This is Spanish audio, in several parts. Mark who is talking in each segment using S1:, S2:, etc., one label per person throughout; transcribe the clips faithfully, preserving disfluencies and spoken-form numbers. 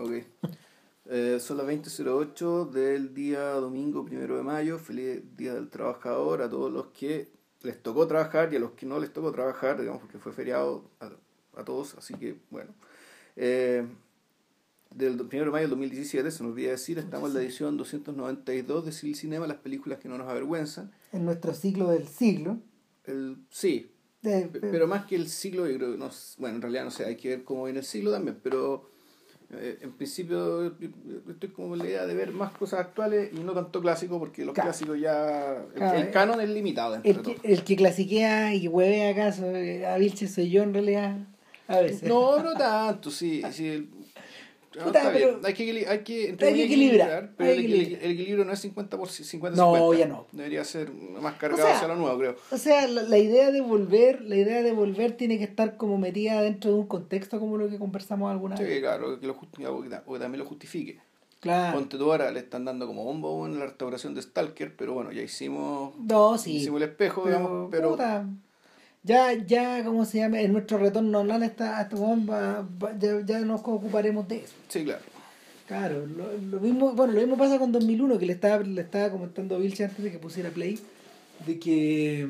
S1: Ok. Eh, son las veinte cero ocho del día domingo primero de mayo. Feliz Día del Trabajador a todos los que les tocó trabajar y a los que no les tocó trabajar, digamos, porque fue feriado a, a todos. Así que, bueno. Eh, del primero de mayo del dos mil diecisiete, se nos olvida decir, estamos en la edición doscientos noventa y dos de Cine Cinema, las películas que no nos avergüenzan.
S2: En nuestro ciclo del siglo.
S1: El, sí,
S2: De,
S1: P- pero más que el siglo, yo creo que no, s- bueno, en realidad no sé, hay que ver cómo viene el siglo también, pero eh, en principio yo- yo estoy como con la idea de ver más cosas actuales y no tanto clásicos, porque los
S2: Claro.
S1: clásicos ya, el,
S2: Claro,
S1: el canon es limitado entre
S2: el que,
S1: todos.
S2: el que clasiquea y hueve acaso a Vilches soy yo en realidad. A veces.
S1: No, no tanto, sí, sí, el- no,
S2: Puta,
S1: está
S2: pero
S1: bien, hay que, equili- hay que, entre
S2: hay que
S1: comillas,
S2: equilibrar,
S1: pero
S2: hay
S1: el,
S2: que
S1: equil-
S2: equilibrar.
S1: el equilibrio no es cincuenta por cincuenta
S2: No,
S1: cincuenta,
S2: ya no.
S1: debería ser más
S2: O
S1: cargado hacia
S2: sea,
S1: lo nuevo, creo.
S2: o sea la, la idea de volver, la idea de volver tiene que estar como metida dentro de un contexto como lo que conversamos alguna
S1: Sí,
S2: vez.
S1: claro, que, lo justi- o que ta- o que también lo justifique.
S2: Claro.
S1: Ponte tú ahora, le están dando como bombo en la restauración de Stalker, pero bueno, ya hicimos,
S2: No, sí.
S1: hicimos el espejo,
S2: Pero,
S1: digamos, pero
S2: puta, ya, ya, ¿cómo se llama? En nuestro retorno online esta, a esta bomba, va- ya, ya nos ocuparemos de eso.
S1: sí, claro.
S2: Claro, lo, lo mismo, bueno, lo mismo pasa con dos mil uno, que le estaba, le estaba comentando a Vilche antes de que pusiera play, de que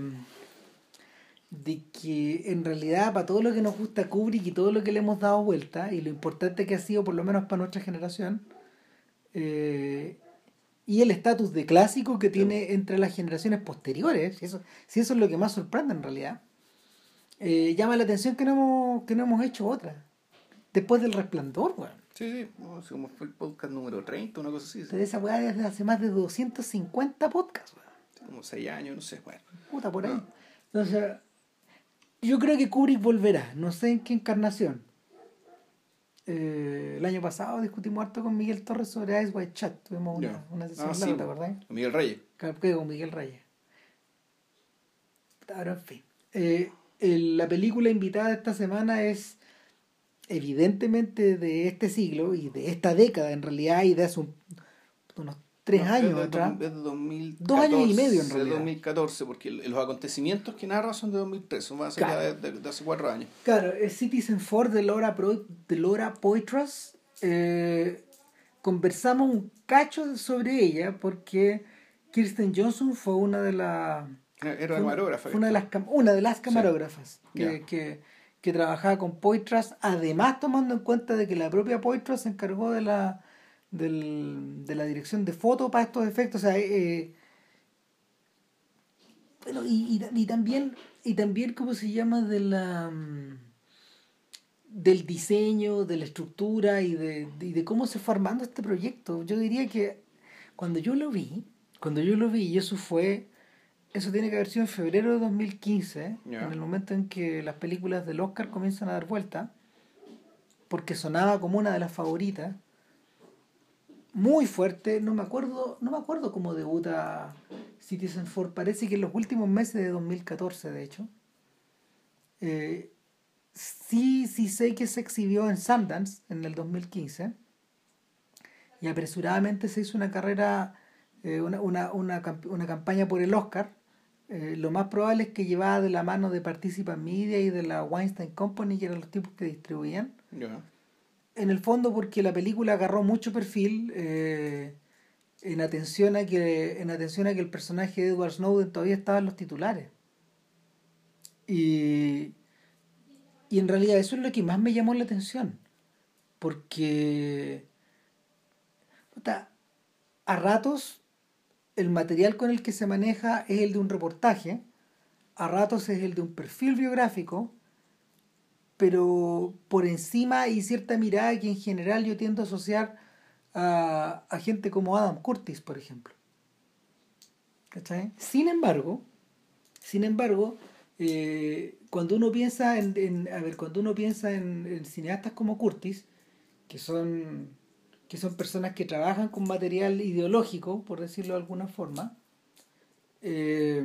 S2: de que en realidad para todo lo que nos gusta Kubrick y todo lo que le hemos dado vuelta, y lo importante que ha sido por lo menos para nuestra generación, eh, y el estatus de clásico que tiene entre las generaciones posteriores, si eso, si eso es lo que más sorprende en realidad, eh, llama la atención que no hemos, que no hemos hecho otra. Después del Resplandor, weón.
S1: Sí, sí, no sé cómo fue el podcast número treinta, una cosa así, sí.
S2: De esa weá desde hace más de doscientos cincuenta podcasts, weón.
S1: Como seis años, no sé, bueno.
S2: Puta, por ahí.
S1: No.
S2: Entonces, yo creo que Kubrick volverá, no sé en qué encarnación. Eh, el año pasado discutimos harto con Miguel Torres sobre Ice White Chat. Tuvimos una,
S1: Ya.
S2: una sesión
S1: Ah,
S2: larga,
S1: sí,
S2: ¿te acordás?
S1: Miguel Reyes.
S2: Que con Miguel Reyes. Pero en fin. Eh, el- la película invitada de esta semana es evidentemente de este siglo y de esta década en realidad, y de hace un- unos tres
S1: No,
S2: años
S1: es de,
S2: atrás.
S1: es de dos mil catorce,
S2: Dos años y medio, en
S1: de
S2: realidad.
S1: dos mil catorce, porque el- los acontecimientos que narra son de dos mil tres, son más allá
S2: Claro.
S1: de, de- de hace cuatro años.
S2: Claro, es Citizen Four de Laura, Pro, de Laura Poitras. Eh, conversamos un cacho sobre ella porque Kirsten Johnson fue una de las
S1: Era
S2: fue una,
S1: camarógrafa.
S2: fue una de las cam- una de las camarógrafas que,
S1: Ya.
S2: que, que trabajaba con Poitras, además tomando en cuenta de que la propia Poitras se encargó de la del- de la dirección de foto para estos efectos. O sea, eh, bueno, y, y, y también y también cómo se llama de la mm, del diseño, de la estructura y de, de, y de cómo se fue armando este proyecto. Yo diría que cuando yo lo vi, cuando yo lo vi, y eso fue, eso tiene que haber sido en febrero de dos mil quince,
S1: Ya.
S2: en el momento en que las películas del Oscar comienzan a dar vuelta, porque sonaba como una de las favoritas, muy fuerte. No me acuerdo, no me acuerdo cómo debuta Citizen Four, parece que en los últimos meses de dos mil catorce, de hecho. Eh, sí, sí sé que se exhibió en Sundance en el dos mil quince y apresuradamente se hizo una carrera, eh, una, una, una, camp- una campaña por el Oscar. Eh, lo más probable es que llevaba de la mano de Participant Media y de la Weinstein Company, que eran los tipos que distribuían.
S1: Ya.
S2: En el fondo porque la película agarró mucho perfil, eh, en atención a que en atención a que el personaje de Edward Snowden todavía estaba en los titulares. Y, y en realidad eso es lo que más me llamó la atención. Porque puta, a ratos el material con el que se maneja es el de un reportaje, a ratos es el de un perfil biográfico, pero por encima hay cierta mirada que en general yo tiendo a asociar a, a gente como Adam Curtis, por ejemplo. ¿Cachai? Sin embargo, sin embargo, eh, cuando uno piensa en, en- a ver, cuando uno piensa en, en cineastas como Curtis, que son que son personas que trabajan con material ideológico, por decirlo de alguna forma, eh,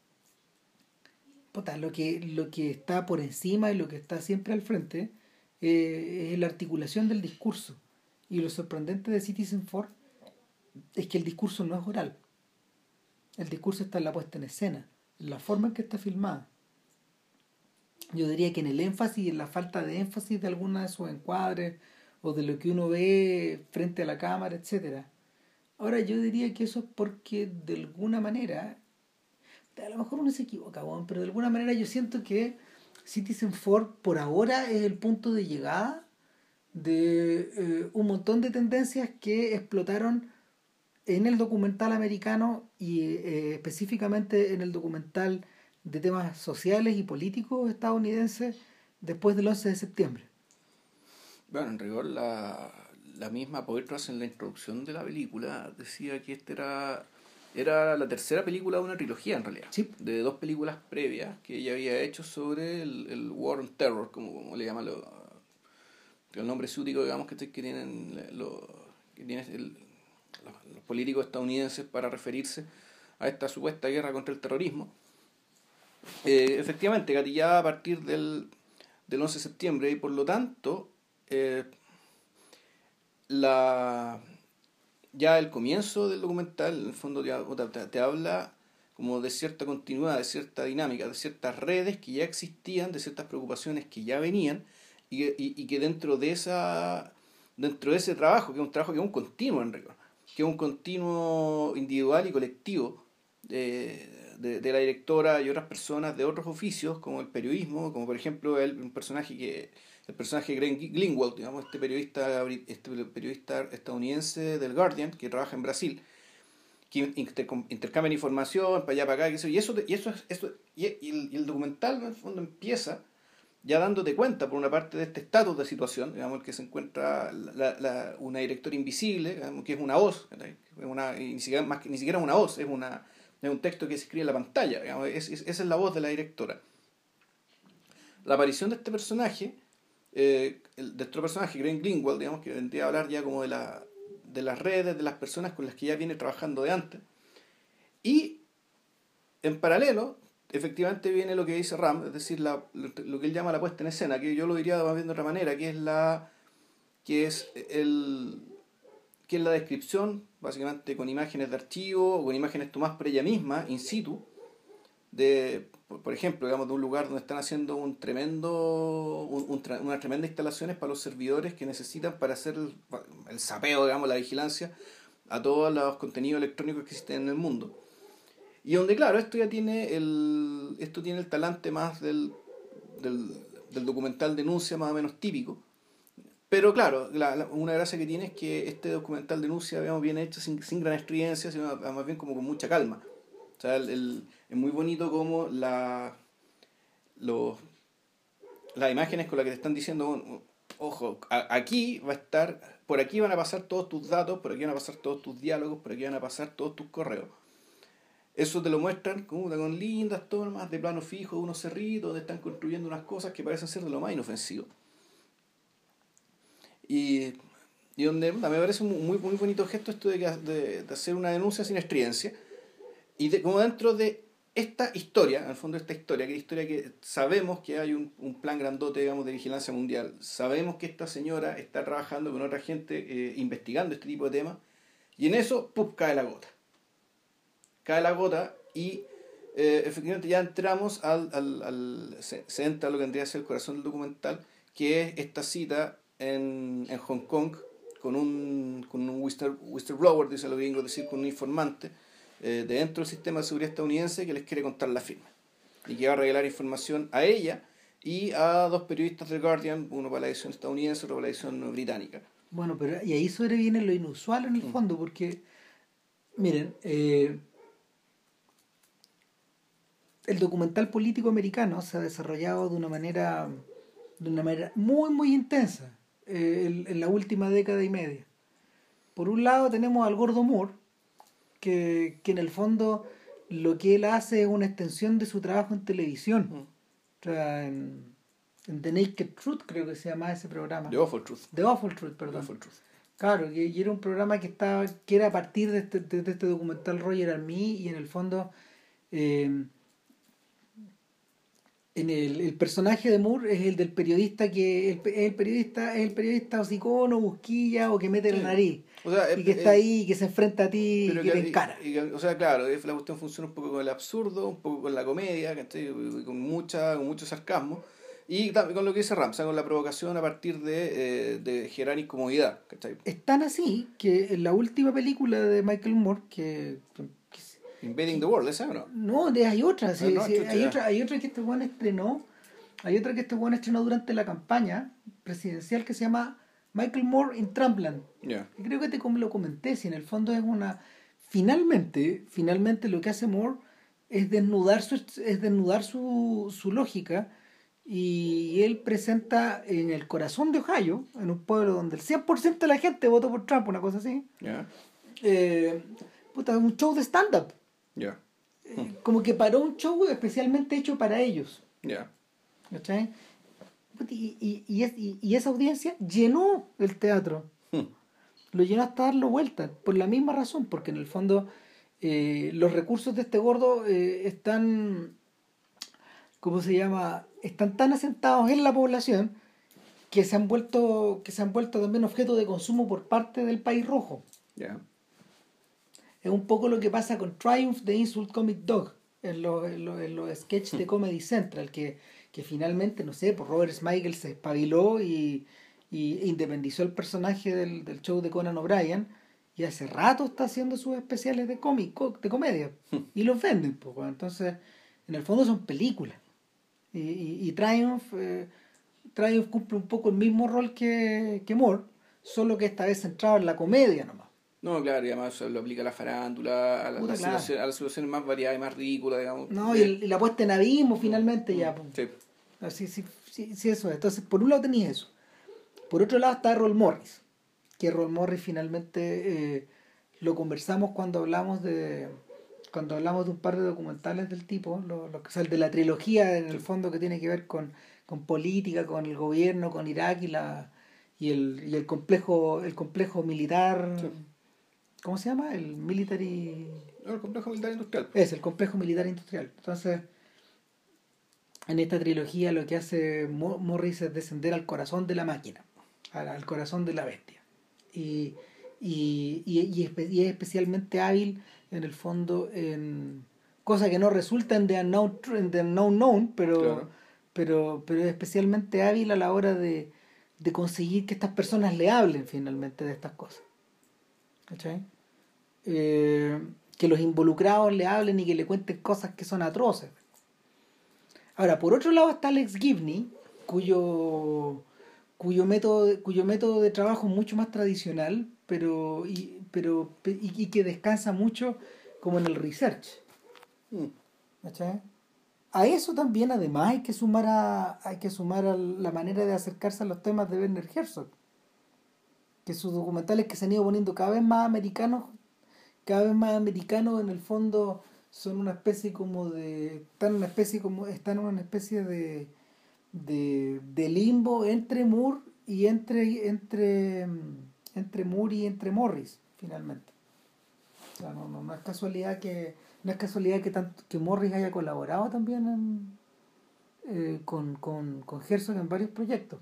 S2: puta, lo que lo que está por encima y lo que está siempre al frente, eh, es la articulación del discurso. Y lo sorprendente de Citizen Four es que el discurso no es oral. El discurso está en la puesta en escena, en la forma en que está filmada. Yo diría que en el énfasis y en la falta de énfasis de alguna de sus encuadres o de lo que uno ve frente a la cámara, etcétera. Ahora yo diría que eso es porque de alguna manera, a lo mejor uno se equivoca, bueno, pero de alguna manera yo siento que Citizen Four por ahora es el punto de llegada de eh, un montón de tendencias que explotaron en el documental americano y eh, específicamente en el documental de temas sociales y políticos estadounidenses después del once de septiembre.
S1: Bueno, en rigor la, la misma Poitras en la introducción de la película decía que esta era, era la tercera película de una trilogía en realidad,
S2: Sí.
S1: de dos películas previas que ella había hecho sobre el, el War on Terror, como, como le llaman los, el nombre sútico, digamos, que, que tienen, los, que tienen el, los, los políticos estadounidenses para referirse a esta supuesta guerra contra el terrorismo. Eh, efectivamente, gatillada a partir del, del once de septiembre y por lo tanto eh, la ya el comienzo del documental en el fondo te, te, te habla como de cierta continuidad, de cierta dinámica, de ciertas redes que ya existían, de ciertas preocupaciones que ya venían y, y, y que dentro de esa dentro de ese trabajo, que es un trabajo que es un continuo en rigor, que es un continuo individual y colectivo de, de, de la directora y otras personas de otros oficios como el periodismo, como por ejemplo el, un personaje que el personaje Graham Greenwald, digamos, este periodista este periodista estadounidense del Guardian que trabaja en Brasil, que inter, intercambian información para allá para acá, y eso y eso eso y el, y el documental en el fondo empieza ya dándote cuenta por una parte de este estatus de situación, digamos, el que se encuentra la, la, una directora invisible, digamos, que es una voz, es una, y ni siquiera más que, ni siquiera una voz, es una es un texto que se escribe en la pantalla, digamos, es, es, esa es la voz de la directora. La aparición de este personaje, eh, el, de otro personaje, Graham Greenwald, digamos, que vendría a hablar ya como de la de las redes, de las personas con las que ya viene trabajando de antes, y en paralelo efectivamente viene lo que dice Ram, es decir, la, lo que él llama la puesta en escena, que yo lo diría más bien de otra manera, que es la que es el que es la descripción, básicamente con imágenes de archivo o con imágenes tomadas por ella misma, in situ, de, por, por ejemplo, digamos, de un lugar donde están haciendo un tremendo un, un tra, unas tremendas instalaciones para los servidores que necesitan para hacer el, el sapeo, digamos, la vigilancia a todos los contenidos electrónicos que existen en el mundo. Y donde, claro, esto ya tiene el esto tiene el talante más del, del, del documental denuncia más o menos típico. Pero claro, la, la, una gracia que tiene es que este documental denuncia, digamos, bien hecho, sin, sin gran estridencia, sino más bien como con mucha calma. O sea, el, el, es muy bonito como la, los, las imágenes con las que te están diciendo, ojo, a, aquí va a estar, por aquí van a pasar todos tus datos, por aquí van a pasar todos tus diálogos, por aquí van a pasar todos tus correos. Eso te lo muestran como con lindas tomas de plano fijo de unos cerritos donde están construyendo unas cosas que parecen ser de lo más inofensivo. Y, y donde me parece un muy, muy bonito gesto esto de, de, de hacer una denuncia sin estridencia. Y de, como dentro de esta historia, en el fondo esta historia, que es historia que sabemos que hay un, un plan grandote, digamos, de vigilancia mundial, sabemos que esta señora está trabajando con otra gente eh, investigando este tipo de temas, y en eso, ¡pum!, cae la gota. Cae la gota y eh, efectivamente ya entramos al, al, al se, se entra a lo que tendría que ser el corazón del documental, que es esta cita en, en Hong Kong con un, con un whistle, whistleblower, dice los gringos, es decir, con un informante eh, de dentro del sistema de seguridad estadounidense que les quiere contar la firma y que va a revelar información a ella y a dos periodistas del Guardian, uno para la edición estadounidense, otro para la edición británica.
S2: Bueno, pero y ahí sobreviene lo inusual en el
S1: Mm.
S2: fondo, porque miren, eh, el documental político americano se ha desarrollado de una manera de una manera muy muy intensa eh, en, en la última década y media. Por un lado tenemos al Gordo Moore, que, que en el fondo lo que él hace es una extensión de su trabajo en televisión.
S1: Mm.
S2: O sea, en, en The Naked Truth creo que se llama ese programa.
S1: The Awful Truth.
S2: The Awful Truth, perdón.
S1: The Awful Truth.
S2: Claro, que y era un programa que estaba que era a partir de este, de, de este documental Roger and Me, y en el fondo eh, en el, el personaje de Moore es el del periodista que el, el periodista es el periodista hocicono, busquilla o que mete
S1: Sí.
S2: la nariz,
S1: O sea,
S2: y que
S1: eh,
S2: está
S1: eh,
S2: ahí y que se enfrenta a ti y
S1: pero
S2: que
S1: que,
S2: te encara.
S1: y- y- o sea, claro, es- la cuestión funciona un poco con el absurdo, un poco con la comedia, ¿cachai? Y con mucha, con mucho sarcasmo. Y también con lo que dice Ramsa, con la provocación a partir de, eh, de generar incomodidad, ¿cachai?
S2: Es tan así que en la última película de Michael Moore, que, que,
S1: Invading
S2: que
S1: the World, ¿esa o no?
S2: no, de- hay otra,
S1: Ah,
S2: sí,
S1: no,
S2: sí,
S1: chucha,
S2: hay
S1: ya.
S2: otra, hay otra que este weón estrenó, hay otra que este weón estrenó durante la campaña presidencial que se llama Michael Moore in Trumpland.
S1: Ya.
S2: Y creo que te com- lo comenté, si en el fondo es una... Finalmente, finalmente lo que hace Moore es desnudar su, es desnudar su, su lógica y él presenta en el corazón de Ohio, en un pueblo donde el cien por ciento de la gente votó por Trump, una cosa así,
S1: Ya.
S2: eh, puta, un show de stand-up.
S1: Ya.
S2: Eh, como que paró un show especialmente hecho para ellos.
S1: Ya.
S2: ¿Cachai? Y, y, y, es- y- y esa audiencia llenó el teatro.
S1: Hmm.
S2: Lo llenó hasta darlo vuelta. Por la misma razón, porque en el fondo eh, los recursos de este gordo eh, están, ¿cómo se llama? Están tan asentados en la población que se han vuelto, que se han vuelto también objeto de consumo por parte del país rojo.
S1: Ya.
S2: Es un poco lo que pasa con Triumph de Insult Comic Dog en los, en los, en los sketches de Comedy Central, que, que finalmente, no sé, pues Robert Smigel se espabiló y, y independizó el personaje del, del show de Conan O'Brien y hace rato está haciendo sus especiales de cómic, co- de comedia y los venden, pues, bueno. Entonces, en el fondo son películas. Y, y, y Triumph, eh, Triumph cumple un poco el mismo rol que, que Moore, solo que esta vez centrado en la comedia nomás.
S1: No, claro, y además lo aplica a la farándula, a, la-
S2: Puta,
S1: las
S2: claro.
S1: situaciones, a las situaciones más variadas y más ridículas, digamos.
S2: No, y,
S1: Eh,
S2: el- y la puesta en abismo finalmente ya, pues.
S1: Sí.
S2: Así, sí, sí, sí, eso es. Entonces, por un lado tenías eso. Por otro lado está Errol Morris, que Errol Morris finalmente eh, lo conversamos cuando hablamos de cuando hablamos de un par de documentales del tipo, lo, lo, o sea, el de la trilogía en el fondo que tiene que ver con, con política, con el gobierno, con Irak y la y el, y el complejo el complejo militar,
S1: Sí.
S2: ¿cómo se llama? El military
S1: No, el complejo militar industrial.
S2: es el complejo militar industrial. Entonces, en esta trilogía lo que hace Mo- Morris es descender al corazón de la máquina, al, al corazón de la bestia. Y, y, y, y espe- y es especialmente hábil en el fondo en cosas que no resultan de unknown, tr- en the unknown known, pero,
S1: Claro.
S2: pero, pero es especialmente hábil a la hora de, de conseguir que estas personas le hablen finalmente de estas cosas. ¿Cachai? Eh, que los involucrados le hablen y que le cuenten cosas que son atroces. Ahora, por otro lado está Alex Gibney, cuyo, cuyo, método, de- cuyo método de trabajo es mucho más tradicional, pero, y, pero, y, y que descansa mucho como en el research.
S1: Mm.
S2: ¿Cachai? A eso también además hay que sumar a, hay que sumar a la manera de acercarse a los temas de Werner Herzog, que sus documentales que se han ido poniendo cada vez más americanos, cada vez más americanos en el fondo son una especie como de están en una especie como están en una especie de de, de limbo entre Moore y entre entre mm, entre Moore y entre Morris finalmente. O sea, no, no, no es casualidad que no es casualidad que tanto que Morris haya colaborado también en, eh, con, con, con Herzog en varios proyectos.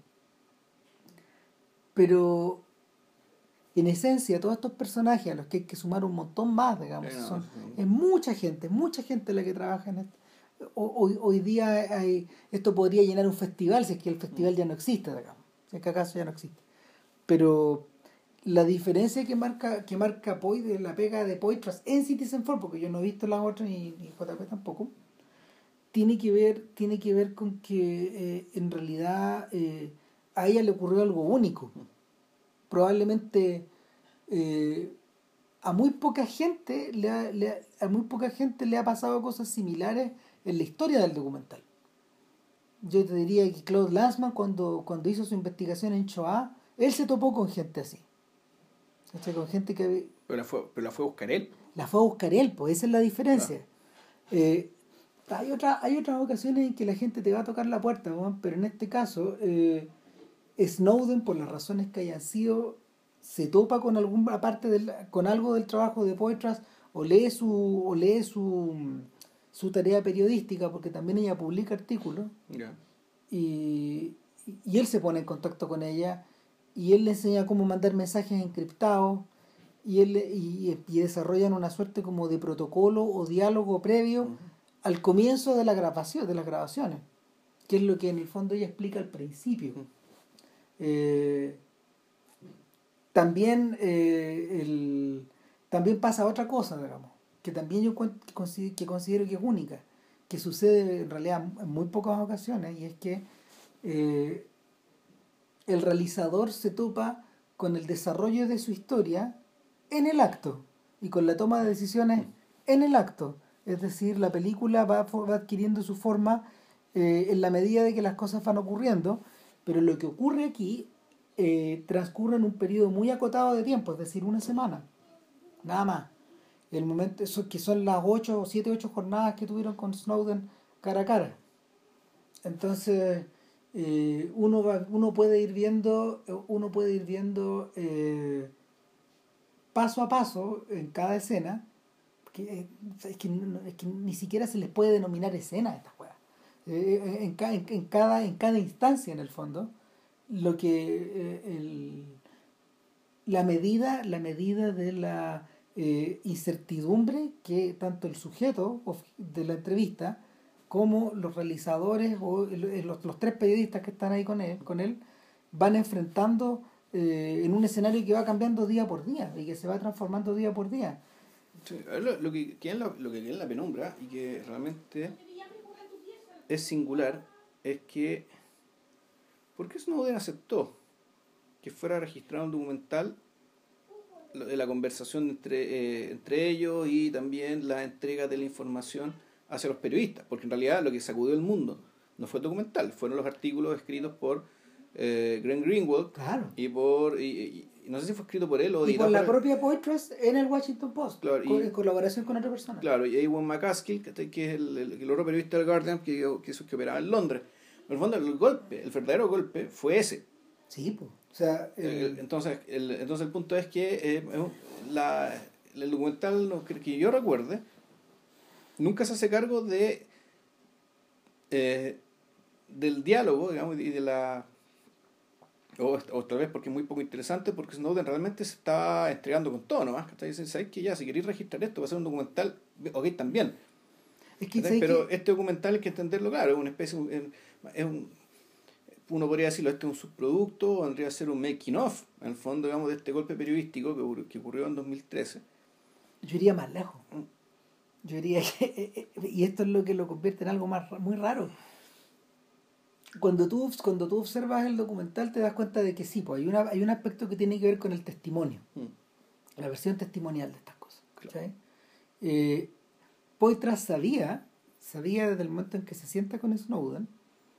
S2: Pero en esencia, todos estos personajes a los que hay que sumar un montón más, digamos,
S1: Eh, no,
S2: son,
S1: sí.
S2: es mucha gente, es mucha gente la que trabaja en esto. Ho- Hoy, hoy día hay, esto podría llenar un festival si es que el festival ya no existe, digamos, si es que acaso ya no existe. Pero la diferencia que marca que marca Poi de la pega de Poitras en Citizen Four, porque yo no he visto la otra ni, ni J P tampoco, tiene que ver, tiene que ver con que eh, en realidad eh, a ella le ocurrió algo único. Probablemente eh, a muy poca gente le ha, le ha- a muy poca gente le ha pasado cosas similares en la historia del documental. Yo te diría que Claude Lanzmann cuando, cuando hizo su investigación en Shoah, él se topó con gente así. ¿Cachai? Con gente que había-
S1: Pero la fue, pero la fue a buscar él.
S2: la fue a buscar él, pues esa es la diferencia. Eh, hay, otra, hay otras ocasiones en que la gente te va a tocar la puerta, weón, pero en este caso eh, Snowden, por las razones que hayan sido, se topa con alguna parte del, con algo del trabajo de Poitras o lee su o lee su, su tarea periodística porque también ella publica artículos
S1: Ya.
S2: y, y él se pone en contacto con ella y él le enseña cómo mandar mensajes encriptados y él le- y, y desarrollan una suerte como de protocolo o diálogo previo
S1: Ujú.
S2: al comienzo de la grabación de las grabaciones. que es lo que en el fondo ella explica al principio.
S1: Mm.
S2: Eh, también, eh, el, también pasa otra cosa, digamos, que también yo cuen- que considero, que considero que es única, que sucede en realidad en muy pocas ocasiones, y es que eh, el realizador se topa con el desarrollo de su historia en el acto y con la toma de decisiones en el acto. Es decir, la película va, va adquiriendo su forma eh, en la medida de que las cosas van ocurriendo, pero lo que ocurre aquí eh, transcurre en un periodo muy acotado de tiempo, es decir, una semana, nada más. El momento eso, que son las ocho o siete, ocho jornadas que tuvieron con Snowden cara a cara. Entonces, eh, uno va, uno puede ir viendo, uno puede ir viendo eh, paso a paso en cada escena, que, eh, es, que, no- es que ni siquiera se les puede denominar escena a estas weas. Eh, en, ca- en, en cada, en cada instancia, en el fondo, lo que eh, el, la medida, la medida de la eh, incertidumbre que tanto el sujeto of- de la entrevista como los realizadores o el- los, los tres periodistas que están ahí con él, con él van enfrentando eh, en un escenario que va cambiando día por día y que se va transformando día por día.
S1: Sí, a ver, lo, lo que queda en la, lo que queda en la penumbra y que realmente es singular es que ¿por qué Snowden aceptó que fuera registrado un documental lo de la conversación entre, eh, entre ellos y también la entrega de la información hacia los periodistas? Porque en realidad lo que sacudió el mundo no fue el documental, fueron los artículos escritos por eh, Glenn Greenwald
S2: Claro.
S1: y por y, y- y no sé si fue escrito por él o
S2: Y por
S1: editado
S2: la
S1: por él.
S2: propia Poitras en el Washington Post,
S1: Claro,
S2: co-
S1: y,
S2: en colaboración con otra persona.
S1: claro, y Ewan McCaskill, que, que es el, el, el otro periodista del Guardian que, que, que operaba en Londres. En el fondo, el golpe, el verdadero golpe fue ese.
S2: Sí, pues. O sea, el-
S1: El- entonces, el, entonces el punto es que eh, la, el documental, no, que, que yo recuerde, nunca se hace cargo de eh, del diálogo, digamos, y de la o, o tal vez porque es muy poco interesante, porque Snowden realmente se está entregando con todo nomás. ¿Cachai? Dicen, ¿sabes qué? Ya, si queréis registrar esto, va a ser un documental, ok, también.
S2: es que,
S1: ¿Cachai?
S2: ¿sabes
S1: Pero
S2: qué?
S1: este documental hay que entenderlo, claro, es una especie, es, es un, uno podría decirlo, este es un subproducto, vendría a ser un making of, en el fondo, digamos, de este golpe periodístico que, ocurrió- que ocurrió en dos mil trece.
S2: Yo iría más lejos. Yo diría que, eh, eh, y esto es lo que lo convierte en algo más ra- muy raro. Cuando tú, cuando tú observas el documental te das cuenta de que sí, pues hay, una, hay un aspecto que tiene que ver con el testimonio,
S1: Mm,
S2: la versión testimonial de estas cosas.
S1: claro.
S2: ¿Cachai? Eh, Poitras sabía, sabía desde el momento en que se sienta con Snowden,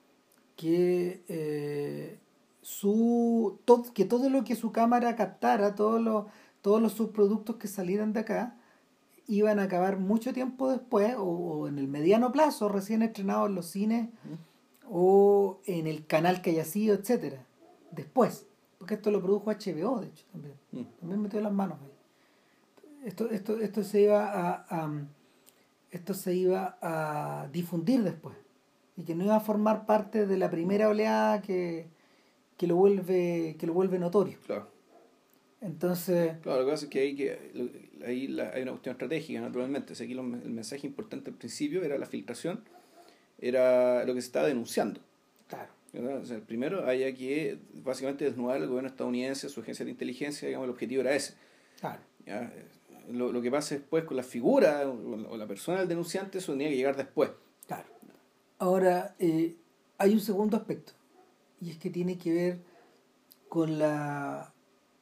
S2: que, eh, su, to- que todo lo que su cámara captara, todos los, todos los subproductos que salieran de acá, iban a acabar mucho tiempo después o, o en el mediano plazo, recién estrenados en los cines
S1: Mm,
S2: o en el canal que haya sido, etcétera. Después, porque esto lo produjo H B O, de hecho, también.
S1: mm.
S2: También metió las manos ahí. Esto, esto, esto se iba a, a- esto se iba a difundir después y que no iba a formar parte de la primera oleada que, que lo vuelve que lo vuelve notorio.
S1: Claro.
S2: Entonces,
S1: Claro, lo que pasa es que ahí, que, lo- ahí la- hay una cuestión estratégica, naturalmente. O sea, aquí lo- el mensaje importante al principio era la filtración, era lo que se estaba denunciando.
S2: claro,
S1: ¿Verdad? O sea, el primero había que básicamente desnudar al gobierno estadounidense, su agencia de inteligencia, digamos, el objetivo era ese.
S2: claro.
S1: ¿Ya? Lo, lo que pasa después con la figura o, o la persona del denunciante, eso tenía que llegar después.
S2: Claro. Ahora, eh, hay un segundo aspecto, y es que tiene que ver con la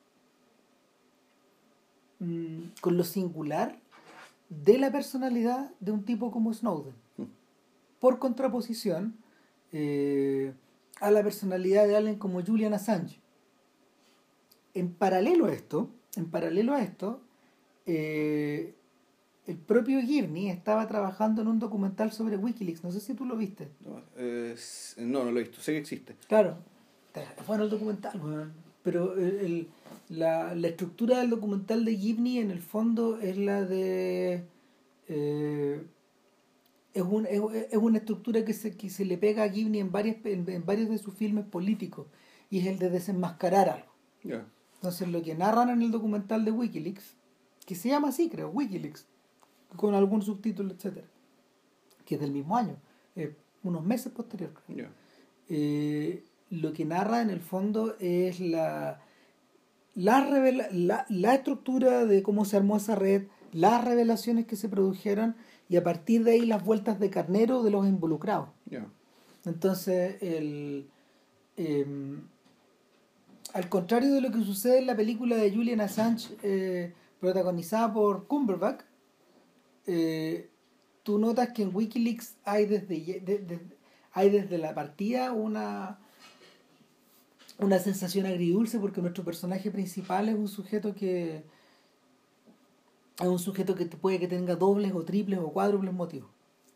S2: mm, con lo singular de la personalidad de un tipo como Snowden, por contraposición eh, a la personalidad de alguien como Julian Assange. En paralelo a esto, en paralelo a esto, eh, el propio Gurney estaba trabajando en un documental sobre Wikileaks. No sé si tú lo viste.
S1: No, Eh, s- no, no lo he visto, sé que existe.
S2: Claro, bueno el documental, weón. Pero el, el- la, la estructura del documental de Gibney en el fondo es la de eh, es, un, es, es una estructura que se, que se le pega a Gibney en, varias, en, en varios de sus filmes políticos, y es el de desenmascarar algo.
S1: Ya.
S2: Entonces lo que narran en el documental de Wikileaks, que se llama así creo, Wikileaks, con algún subtítulo, etcétera, que es del mismo año, eh, unos meses posterior.
S1: Yeah.
S2: Eh, lo que narra en el fondo es la, la, revela, la, la estructura de cómo se armó esa red, las revelaciones que se produjeron y a partir de ahí las vueltas de carnero de los involucrados.
S1: Yeah.
S2: Entonces, el, eh, al contrario de lo que sucede en la película de Julian Assange, eh, protagonizada por Cumberbatch, eh, tú notas que en Wikileaks hay desde, de, de, hay desde la partida una, una sensación agridulce porque nuestro personaje principal es un sujeto que es un sujeto que puede que tenga dobles o triples o cuádruples motivos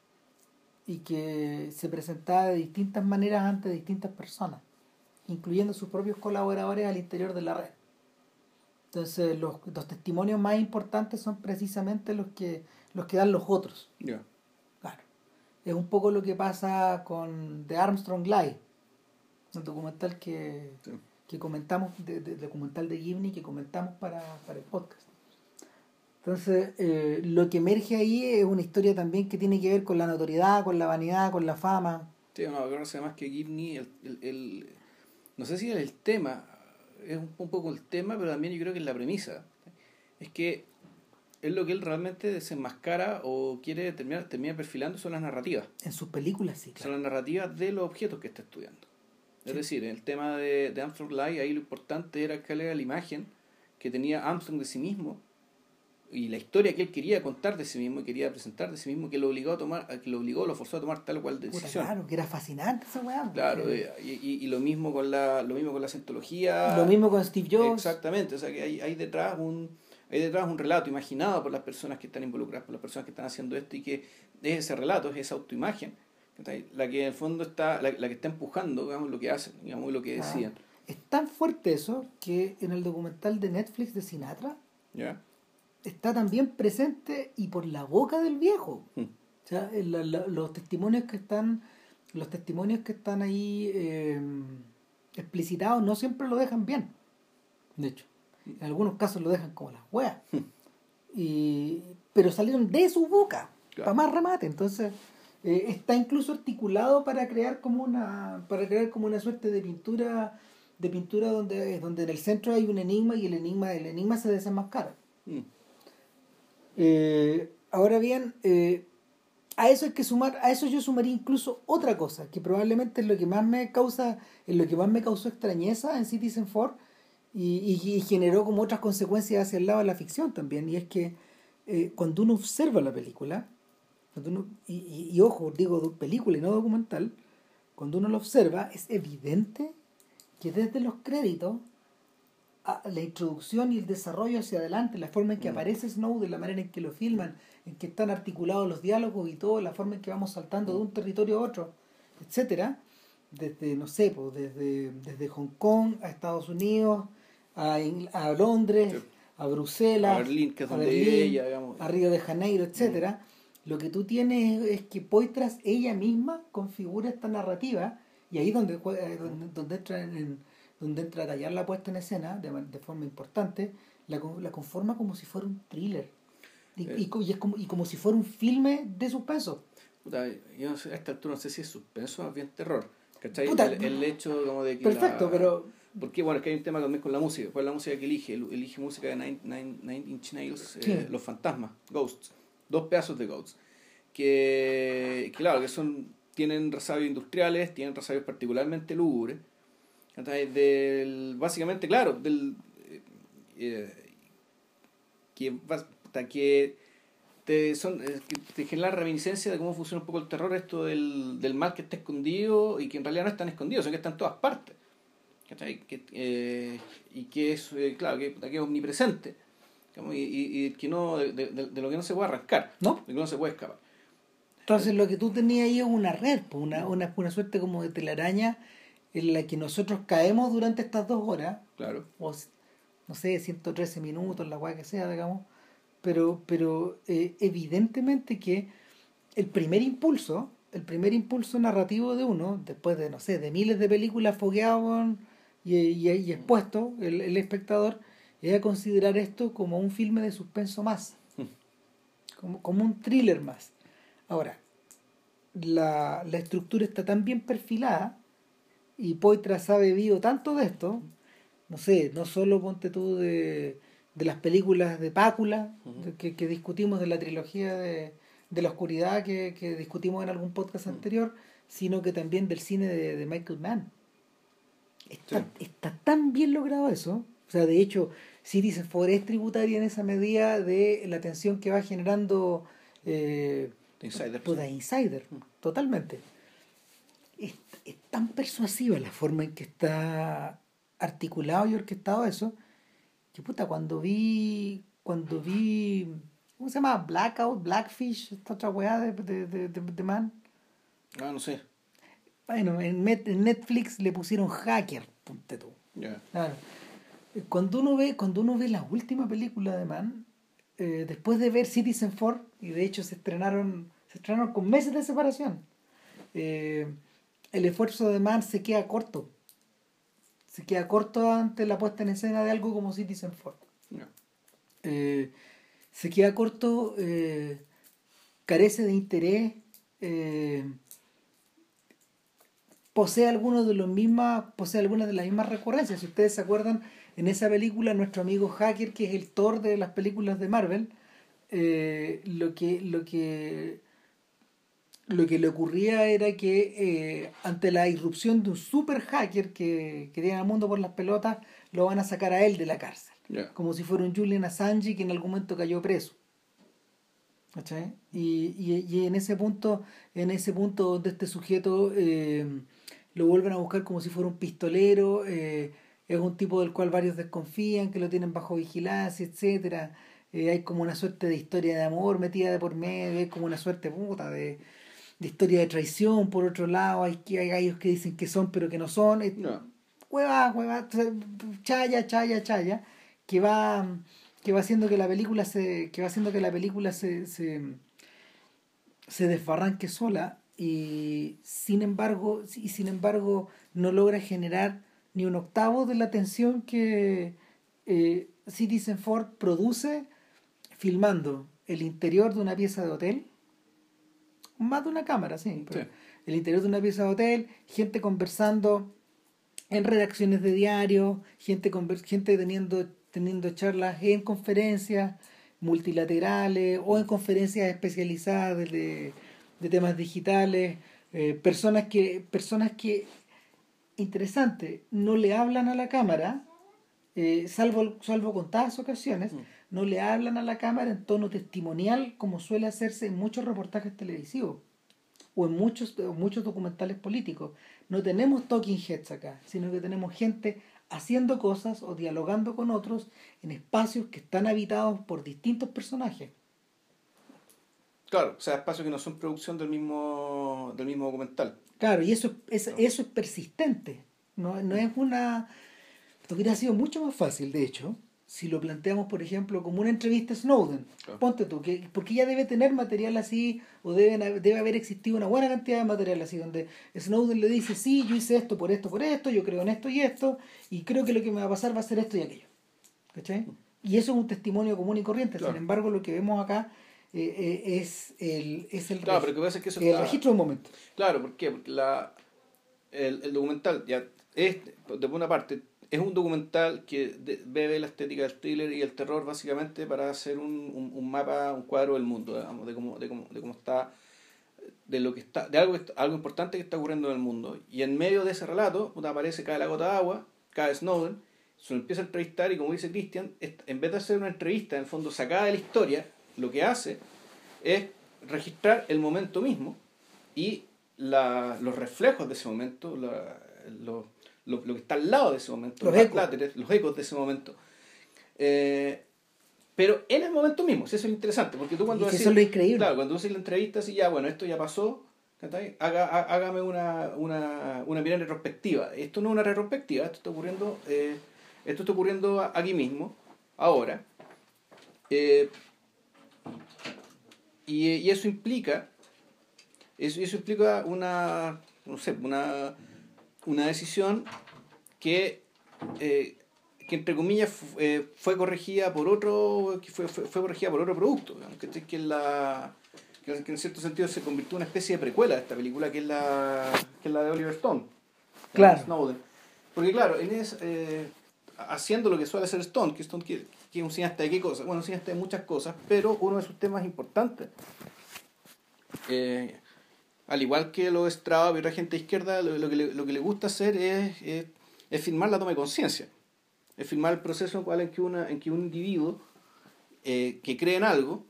S2: y que se presentaba de distintas maneras ante distintas personas, incluyendo sus propios colaboradores al interior de la red. Entonces los, los testimonios más importantes son precisamente los que los que dan los otros.
S1: Yeah.
S2: Claro. Es un poco lo que pasa con The Armstrong Lie, el documental que,
S1: Sí.
S2: que comentamos, de, de, documental de Gibney que comentamos para, para el podcast. Entonces, eh, lo que emerge ahí es una historia también que tiene que ver con la notoriedad, con la vanidad, con la fama.
S1: Sí, no, creo que sea más que Gibney, el, el, el, no sé si es el tema, es un, un poco el tema, pero también yo creo que es la premisa. Es que es lo que él realmente desenmascara o quiere terminar, termina perfilando son las narrativas.
S2: En sus películas, sí, claro.
S1: Son las narrativas de los objetos que está estudiando. Es
S2: Sí.
S1: decir, en el tema de, de Armstrong Lie, ahí lo importante era que era la imagen que tenía Armstrong de sí mismo y la historia que él quería contar de sí mismo y quería presentar de sí mismo, que lo obligó a tomar, que lo obligó, lo forzó a tomar tal o cual
S2: Puta,
S1: decisión.
S2: claro, que era fascinante esa weá.
S1: Claro,
S2: porque-
S1: eh, y, y, y lo mismo con la, lo mismo con la cientología.
S2: Lo mismo con Steve Jobs.
S1: Exactamente, o sea que hay, hay detrás un, hay detrás un relato imaginado por las personas que están involucradas, por las personas que están haciendo esto, y que es ese relato, es esa autoimagen, ¿sí? La que en el fondo está, la, la que está empujando, digamos, lo que hacen, digamos, lo que
S2: Ah,
S1: decían.
S2: es tan fuerte eso que en el documental de Netflix de Sinatra
S1: ¿Ya?
S2: está también presente y por la boca del viejo.
S1: Hmm.
S2: O sea, el- la- la- los testimonios que están los testimonios que están ahí eh, explicitados no siempre lo dejan bien. De hecho, en algunos casos lo dejan como las weas. Y, pero salieron de su boca,
S1: Claro.
S2: para más remate. Entonces, eh, está incluso articulado para crear como una para crear como una suerte de pintura de pintura donde, donde en el centro hay un enigma y el enigma el enigma se desenmascara.
S1: Hmm.
S2: Eh, ahora bien, eh, a eso hay que sumar, a eso yo sumaría incluso otra cosa, que probablemente es lo que más me causa, es lo que más me causó extrañeza en Citizen Four y, y, y generó como otras consecuencias hacia el lado de la ficción también, y es que eh, cuando uno observa la película, cuando uno, y, y, y ojo, digo película y no documental, cuando uno lo observa es evidente que desde los créditos a la introducción y el desarrollo hacia adelante, la forma en que
S1: Mm.
S2: aparece Snow, de la manera en que lo filman, en que están articulados los diálogos y todo, la forma en que vamos saltando de un territorio a otro, etcétera, desde, no sé, pues, desde, desde Hong Kong a Estados Unidos, a, Ingl- a Londres,
S1: Sí.
S2: a Bruselas,
S1: A Berlín, que es
S2: a
S1: donde
S2: Berlín,
S1: ella, digamos.
S2: a Río de Janeiro, etcétera. Lo que tú tienes es, es que Poitras ella misma configura esta narrativa y ahí donde jue- donde, donde entra en, donde entra a tallar la puesta en escena de, man- de forma importante, la, con- la conforma como si fuera un thriller y,
S1: Eh.
S2: y, co- y es como, y como si fuera un filme de suspenso.
S1: Puta, yo no sé, a esta altura no sé si es suspenso o más bien terror. ¿Cachai?
S2: Puta,
S1: el, el hecho como de que
S2: Perfecto,
S1: la-
S2: pero
S1: Porque bueno, es que hay un tema también con la música. ¿Cuál es la música que elige? Él elige música de Nine, Nine, Nine Inch Nails, eh,
S2: Sí.
S1: Los Fantasmas, Ghosts. Dos pedazos de Ghosts. Que, que claro, que son tienen resabios industriales, tienen resabios particularmente lúgubres. ¿Cachai? Del, básicamente, claro, del eh, eh, que, bas- hasta que te son eh, que te genera reminiscencia de cómo funciona un poco el terror, esto del, del mal que está escondido y que en realidad no es tan escondido, sino que está en todas partes. ¿Cachai? Que, eh, y que es, eh, claro, que, que es omnipresente. Digamos, y, y, y que no, de, de, de lo que no se puede arrancar,
S2: no.
S1: de lo que no se puede escapar.
S2: Entonces lo que tú tenías ahí es una red, pues, una, una, una suerte como de telaraña en la que nosotros caemos durante estas dos horas,
S1: Claro.
S2: o no sé, ciento trece minutos, la weá que sea, digamos, pero, pero eh, evidentemente que el primer impulso, el primer impulso narrativo de uno, después de, no sé, de miles de películas fogueadas y, y, y expuesto, el, el espectador, es a considerar esto como un filme de suspenso más, como, como un thriller más. Ahora, la, la estructura está tan bien perfilada y Poitras ha bebido tanto de esto, no sé, no solo ponte tú de, de las películas de Pácula
S1: Ujú.
S2: de- que, que discutimos, de la trilogía de, de la oscuridad que, que discutimos en algún podcast
S1: Mm.
S2: anterior, sino que también del cine de, de Michael Mann.
S1: Sí.
S2: Está, está tan bien logrado eso. O sea, de hecho, Citizen Four es tributaria en esa medida de la tensión que va generando eh,
S1: The Insider, sí.
S2: pues, Insider,
S1: Mm.
S2: totalmente. Es, es tan persuasiva la forma en que está articulado y orquestado eso, que puta, cuando vi, cuando vi, ¿cómo se llama? Blackout, Blackfish, esta otra weá de, de, de, de, de Man.
S1: Ah, no sé.
S2: Bueno, en, Met- en Netflix le pusieron Hacker, ponte tú.
S1: Ya.
S2: Claro. Cuando uno ve, cuando uno ve la última película de Man, eh, después de ver Citizen Four, y de hecho se estrenaron, se estrenaron con meses de separación, eh, el esfuerzo de Mann se queda corto. Se queda corto ante la puesta en escena de algo como Citizen Four.
S1: Ya.
S2: Eh, se queda corto, eh, carece de interés, eh, posee algunos de los mismas, posee algunas de las mismas recurrencias. Si ustedes se acuerdan, en esa película, nuestro amigo Hacker, que es el Thor de las películas de Marvel, eh, lo que, lo que lo que le ocurría era que eh, ante la irrupción de un super hacker que, que tiene al mundo por las pelotas, lo van a sacar a él de la cárcel.
S1: Ya.
S2: Como si fuera un Julian Assange que en algún momento cayó preso. ¿Cachai? Y, y, y en ese punto, en ese punto donde este sujeto eh, lo vuelven a buscar como si fuera un pistolero, eh, es un tipo del cual varios desconfían, que lo tienen bajo vigilancia, etcétera. Eh, hay como una suerte de historia de amor metida de por medio, hay como una suerte puta de de historia de traición. Por otro lado, hay, que- hay gallos que dicen que son pero que no son, eh,
S1: Ya.
S2: hueva, hueva, chaya, chaya, chaya, que va que va haciendo que la película se que va haciendo que la película se se, se desbarranque sola y sin embargo y sin embargo no logra generar ni un octavo de la tensión que eh, Citizen Four produce filmando el interior de una pieza de hotel. Más de una cámara, sí,
S1: Sí.
S2: pero el interior de una pieza de hotel, gente conversando en redacciones de diario, gente, conver- gente teniendo, teniendo charlas en conferencias multilaterales o en conferencias especializadas de, de temas digitales, eh, personas que, personas que, interesante, no le hablan a la cámara, eh, salvo, salvo contadas ocasiones,
S1: Mm.
S2: no le hablan a la cámara en tono testimonial como suele hacerse en muchos reportajes televisivos o en muchos, o muchos documentales políticos. No tenemos talking heads acá, sino que tenemos gente haciendo cosas o dialogando con otros en espacios que están habitados por distintos personajes.
S1: Claro, o sea, espacios que no son producción del mismo, del mismo documental.
S2: Claro, y eso es,
S1: No.
S2: eso es persistente. No, no
S1: Mm.
S2: es una... Esto hubiera sido mucho más fácil, de hecho, si lo planteamos, por ejemplo, como una entrevista a Snowden.
S1: Claro.
S2: Ponte tú, que, porque ya debe tener material así, o deben, haber- debe haber existido una buena cantidad de material así, donde Snowden le dice, sí, yo hice esto por esto, por esto, yo creo en esto y esto, y creo que lo que me va a pasar va a ser esto y aquello. ¿Cachai? Y eso es un testimonio común y corriente. Sin
S1: Claro.
S2: embargo, lo que vemos acá eh, eh, es el, es el,
S1: Claro,
S2: reg-
S1: pero lo que pasa es que eso
S2: el
S1: está...
S2: registro de un momento.
S1: Claro, ¿por qué? Porque la, el, el documental, ya es, de una parte, es un documental que de- bebe la estética del thriller y el terror básicamente para hacer un, un, un mapa, un cuadro del mundo, digamos, de cómo, de cómo, de cómo está, de lo que está, de algo, que está- algo importante que está ocurriendo en el mundo. Y en medio de ese relato, puta, aparece, cae la gota de agua, cae Snowden, se lo empieza a entrevistar y como dice Christian, est- en vez de hacer una entrevista, en el fondo sacada de la historia, lo que hace es registrar el momento mismo y la, los reflejos de ese momento, la, lo, lo, lo que está al lado de ese momento,
S2: Los
S1: los
S2: ecos.
S1: láteres, los ecos de ese momento. Eh, pero en el momento mismo, si eso es interesante, porque tú cuando
S2: Y que
S1: decís,
S2: eso es lo increíble.
S1: claro, cuando tú haces la entrevista, así ya, bueno, esto ya pasó, ¿cachai? Haga, há- hágame una, una, una mirada retrospectiva. Esto no es una retrospectiva, esto está ocurriendo, eh, esto está ocurriendo a- aquí mismo, ahora. Eh, y, y eso implica, eso, eso implica una, no sé, una, una decisión que, eh, que entre comillas fu- eh, fue corregida por otro, que fue, fue, fue corregida por otro producto, digamos, ¿cachai? Que es la, que, que en cierto sentido se convirtió en una especie de precuela de esta película, que es la, que es la de Oliver Stone,
S2: Claro.
S1: Snowden. Porque claro, él es eh, haciendo lo que suele hacer Stone, que Stone que, que es un cineasta de qué cosas, bueno, un cineasta de muchas cosas, pero uno de sus temas importantes, eh, al igual que lo Straub y otra gente de izquierda, lo, lo, que, le, lo que le gusta hacer es, es, es filmar la toma de conciencia, es filmar el proceso en, cual, en, que, una, en que un individuo eh, que cree en algo,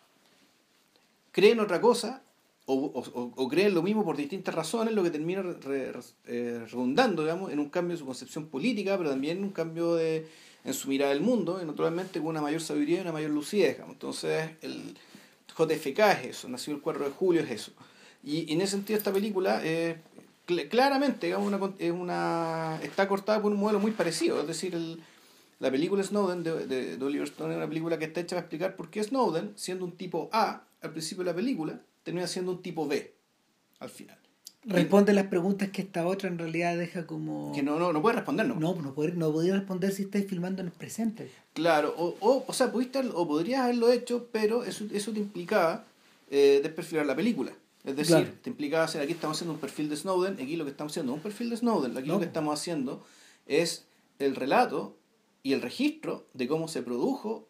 S1: cree en otra cosa, o, o, o cree en lo mismo por distintas razones, lo que termina re, re, eh, redundando, digamos, en un cambio de su concepción política, pero también en un cambio de, en su mirada del mundo, y naturalmente con una mayor sabiduría y una mayor lucidez, digamos. Entonces, el J F K es eso, nació el cuatro de julio, es eso. Y, y en ese sentido esta película eh, cl- claramente, digamos, una, es una, está cortada por un modelo muy parecido, es decir, el, la película Snowden de, de, de Oliver Stone es una película que está hecha para explicar por qué Snowden, siendo un tipo A al principio de la película, termina siendo un tipo B al final.
S2: Responde las preguntas que esta otra en realidad deja
S1: Que
S2: como...
S1: no, no, no puede responder, ¿no?
S2: No, no, poder, no podía responder si estáis filmando en el presente.
S1: Claro, o, o, o sea, pudiste haber- o podrías haberlo hecho, pero eso, eso te implicaba eh, desperfilar la película. Es decir,
S2: Claro.
S1: te implicaba hacer, aquí estamos haciendo un perfil de Snowden, aquí lo que estamos haciendo es un perfil de Snowden, aquí
S2: No.
S1: lo que estamos haciendo es el relato y el registro de cómo se produjo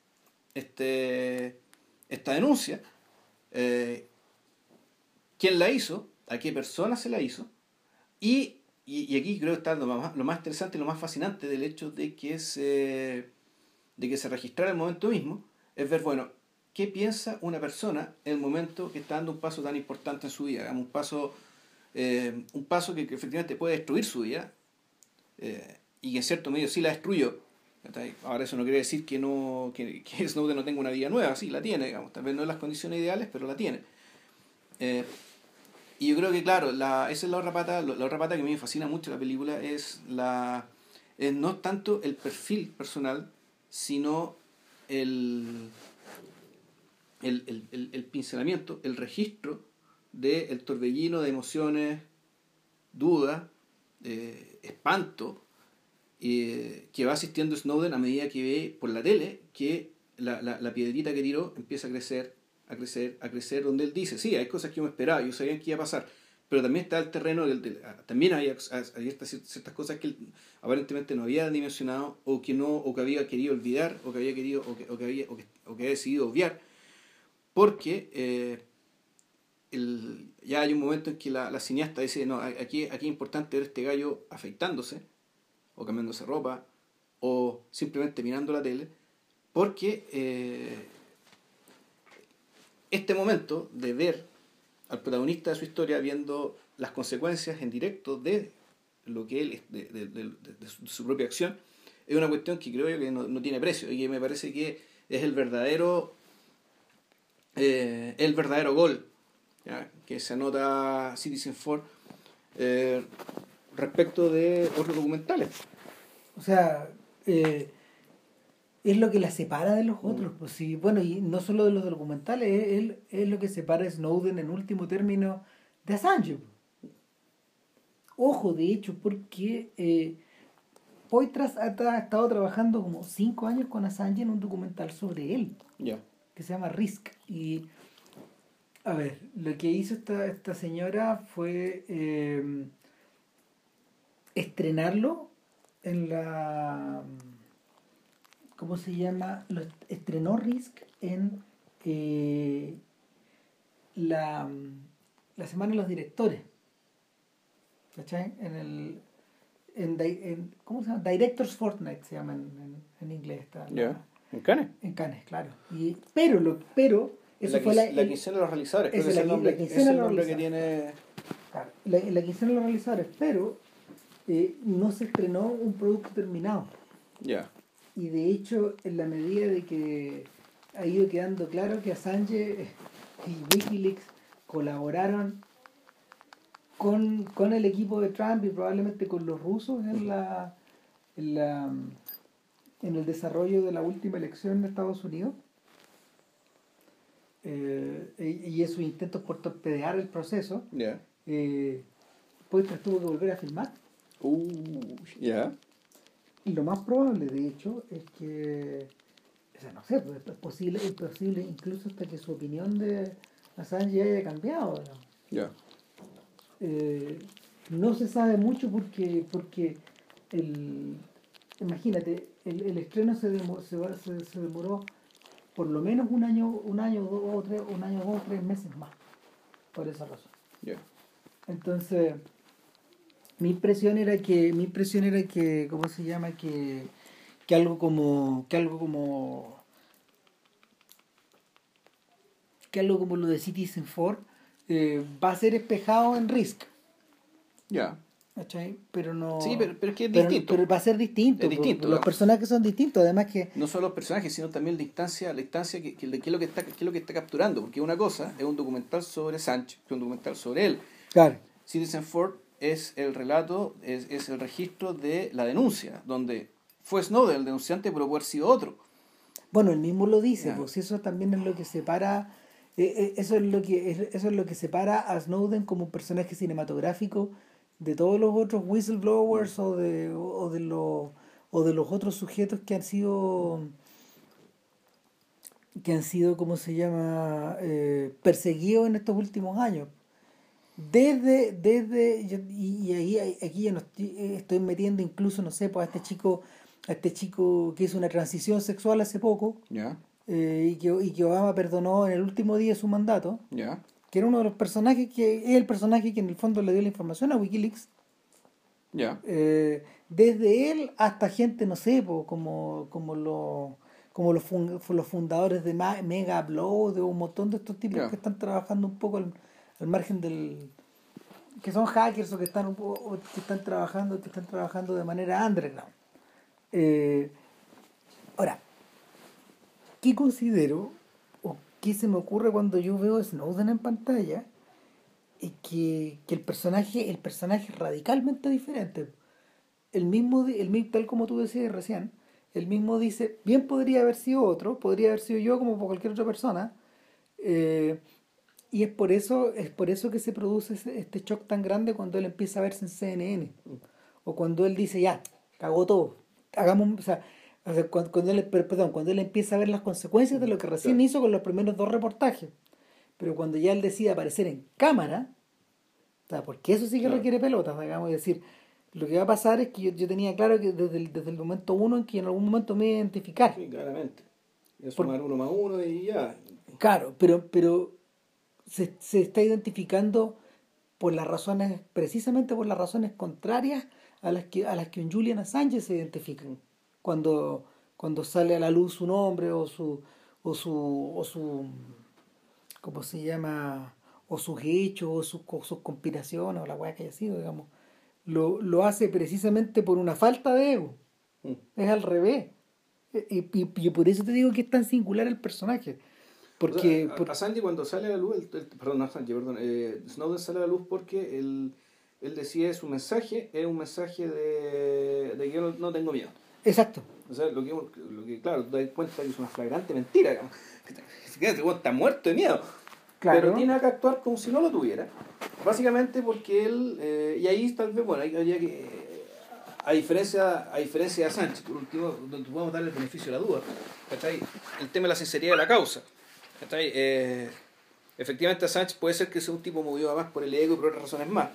S1: este, esta denuncia, eh, quién la hizo, a qué persona se la hizo, y, y, y aquí creo que está lo más, lo más interesante y lo más fascinante del hecho de que se, de que se registrara el momento mismo, es ver, bueno, qué piensa una persona en el momento que está dando un paso tan importante en su vida, digamos, un paso, eh, un paso que, que efectivamente puede destruir su vida, eh, y que en cierto medio sí la destruyó. Ahora eso no quiere decir que no que, que Snowden no tenga una vida nueva, sí la tiene, digamos, tal vez no en las condiciones ideales, pero la tiene. Eh, y yo creo que claro, la, esa es la otra pata, la otra pata que a mí me fascina mucho de la película es la es no tanto el perfil personal, sino el el, el, el, el pincelamiento, el registro del torbellino de emociones, duda, eh, espanto, eh, que va asistiendo Snowden a medida que ve por la tele que la, la, la piedrita que tiró empieza a crecer, a crecer, a crecer, donde él dice, sí, hay cosas que yo me esperaba, yo sabía que iba a pasar, pero también está el terreno, del, del, también había, había ciertas cosas que él aparentemente no había dimensionado, o que no, o que había querido olvidar, o que había querido, o que, o que había, o que, o que había decidido obviar, porque eh, el, ya hay un momento en que la, la cineasta dice, no, aquí, aquí es importante ver este gallo afeitándose, o cambiándose ropa, o simplemente mirando la tele, porque eh, este momento de ver al protagonista de su historia viendo las consecuencias en directo de lo que él, de, de, de, de, su, de su propia acción, es una cuestión que creo yo que no, no tiene precio, y que me parece que es el verdadero eh, el verdadero gol, ¿ya? Que se anota Citizen Four eh, respecto de otros documentales.
S2: O sea, eh, es lo que la separa de los otros. Pues sí, bueno, y no solo de los documentales, es, es, es lo que separa a Snowden en último término de Assange. Ojo, de hecho, porque eh, Poitras ha, ha estado trabajando como cinco años con Assange en un documental sobre él,
S1: yeah.
S2: que se llama Risk. Y, a ver, lo que hizo esta, esta señora fue eh, estrenarlo en la... ¿Cómo se llama? Lo estrenó Risk en eh, la, la Semana de los Directores. ¿Cachai? En el... En, en, ¿Cómo se llama? Directors Fortnight se llama en, en, en inglés. Está
S1: Yeah. La, ¿en Cannes?
S2: En Cannes, claro. Y, pero, lo, pero eso
S1: la,
S2: fue la...
S1: la quincena de los realizadores. Creo
S2: Es
S1: que es
S2: la,
S1: el nombre,
S2: la
S1: es el nombre que tiene...
S2: Claro, la, la quincena de los realizadores, pero eh, no se estrenó un producto terminado.
S1: Ya. Yeah.
S2: Y de hecho, en la medida de que ha ido quedando claro que Assange y Wikileaks colaboraron con, con el equipo de Trump y probablemente con los rusos en la, en la en el desarrollo de la última elección de Estados Unidos, eh, y, y esos intentos por torpedear el proceso,
S1: yeah.
S2: eh, pues tuvo que volver a filmar.
S1: Uh, yeah.
S2: Y lo más probable, de hecho, es que, o sea, no sé, pues es posible, es posible incluso hasta que su opinión de, Assange haya cambiado, ¿no?
S1: Ya.
S2: Eh, no se sabe mucho porque, porque el, imagínate, el, el estreno se, demo- se, va- se, se demoró por lo menos un año, un año, dos o tres, un año, dos o tres meses más, por esa razón.
S1: Ya.
S2: Entonces, mi impresión era que, mi impresión era que, ¿cómo se llama? Que, que algo como, que algo como, que algo como lo de Citizen cuatro eh, va a ser espejado en Risk.
S1: Ya.
S2: ¿Cachai? Pero no.
S1: Sí, pero, pero es que es
S2: pero,
S1: distinto.
S2: pero va a ser distinto.
S1: Es
S2: po.
S1: distinto,
S2: Los
S1: digamos.
S2: personajes son distintos. Además que.
S1: No solo los personajes, sino también la instancia, la instancia que, que, que es lo que está, que es lo que está capturando. Porque una cosa es un documental sobre Sánchez, que es un documental sobre él.
S2: Claro.
S1: Citizen cuatro es el relato, es, es el registro de la denuncia, donde fue Snowden el denunciante, pero puede haber sido otro.
S2: Bueno, él mismo lo dice,
S1: Ya.
S2: pues eso también es lo que separa. eh, eh, eso es lo que es- eso es lo que separa a Snowden como un personaje cinematográfico de todos los otros whistleblowers o de o de los o de los otros sujetos que han sido que han sido, ¿cómo se llama? Eh, perseguidos en estos últimos años. Desde, desde, yo- y, y ahí, ahí- aquí ya no estoy, eh, estoy metiendo incluso, no sé, pues a este chico, a este chico que hizo una transición sexual hace poco,
S1: Ya,
S2: eh, y que, y que Obama perdonó en el último día de su mandato,
S1: ya,
S2: que era uno de los personajes que, es el personaje que en el fondo le dio la información a Wikileaks,
S1: ya.
S2: eh, desde él hasta gente, no sé, pues, como, como los como los, fun- los fundadores de Ma- Mega Upload, de un montón de estos tipos
S1: Ya.
S2: que están trabajando un poco al, al margen del, que son hackers o que están un poco, o que están trabajando que están trabajando de manera underground. Eh, ahora, ¿qué considero o qué se me ocurre cuando yo veo a Snowden en pantalla? Es que, que el personaje el personaje es radicalmente diferente. El mismo, di- el mismo, tal como tú decías recién, el mismo dice, bien podría haber sido otro, podría haber sido yo como cualquier otra persona, eh, y es por eso, es por eso que se produce ese- este shock tan grande cuando él empieza a verse en C N N. O cuando él dice, ya, cagó todo. Hagamos, o sea, o sea, cuando, cuando él, per- perdón, cuando él empieza a ver las consecuencias de lo que recién
S1: Claro.
S2: hizo con los primeros dos reportajes. Pero cuando ya él decide aparecer en cámara, o sea, porque eso sí que
S1: Claro.
S2: requiere pelotas, digamos, es decir, lo que va a pasar es que yo, yo tenía claro que desde el, desde el momento uno en que en algún momento me iba a identificar.
S1: Sí, claramente. Y a
S2: Por-
S1: sumar uno más uno y ya.
S2: claro, pero, pero se, se está identificando por las razones, precisamente por las razones contrarias a las que, a las que un Julian Assange se identifica. Cuando, cuando sale a la luz su nombre o su, o su, o su, ¿cómo se llama? O sus hechos, o sus, o sus conspiraciones, o la weá que haya sido, digamos. Lo, lo hace precisamente por una falta de ego.
S1: Mm.
S2: Es al revés. Y, y- y por eso te digo que es tan singular el personaje.
S1: O sea,
S2: Porque,
S1: a-
S2: por-
S1: Assange cuando sale a la luz, el- el- perdón, no Assange, perdón, eh, Snowden sale a la luz porque él, él decía su mensaje es un mensaje de, de que yo no, no tengo miedo.
S2: exacto.
S1: O sea, lo que, lo que claro, tú te das cuenta que es una flagrante mentira. digamos. Que te- que ese weón está muerto de miedo.
S2: Claro.
S1: Pero tiene que actuar como si no lo tuviera. Básicamente porque él, eh, y ahí tal vez, bueno, ahí habría que, eh, a diferencia, a diferencia de Sánchez, por último, donde podemos darle el beneficio de la duda, ¿cachai? El tema de la sinceridad de la causa. ¿Cachai? Eh, efectivamente Sánchez puede ser que sea un tipo movido más por el ego y por otras razones más.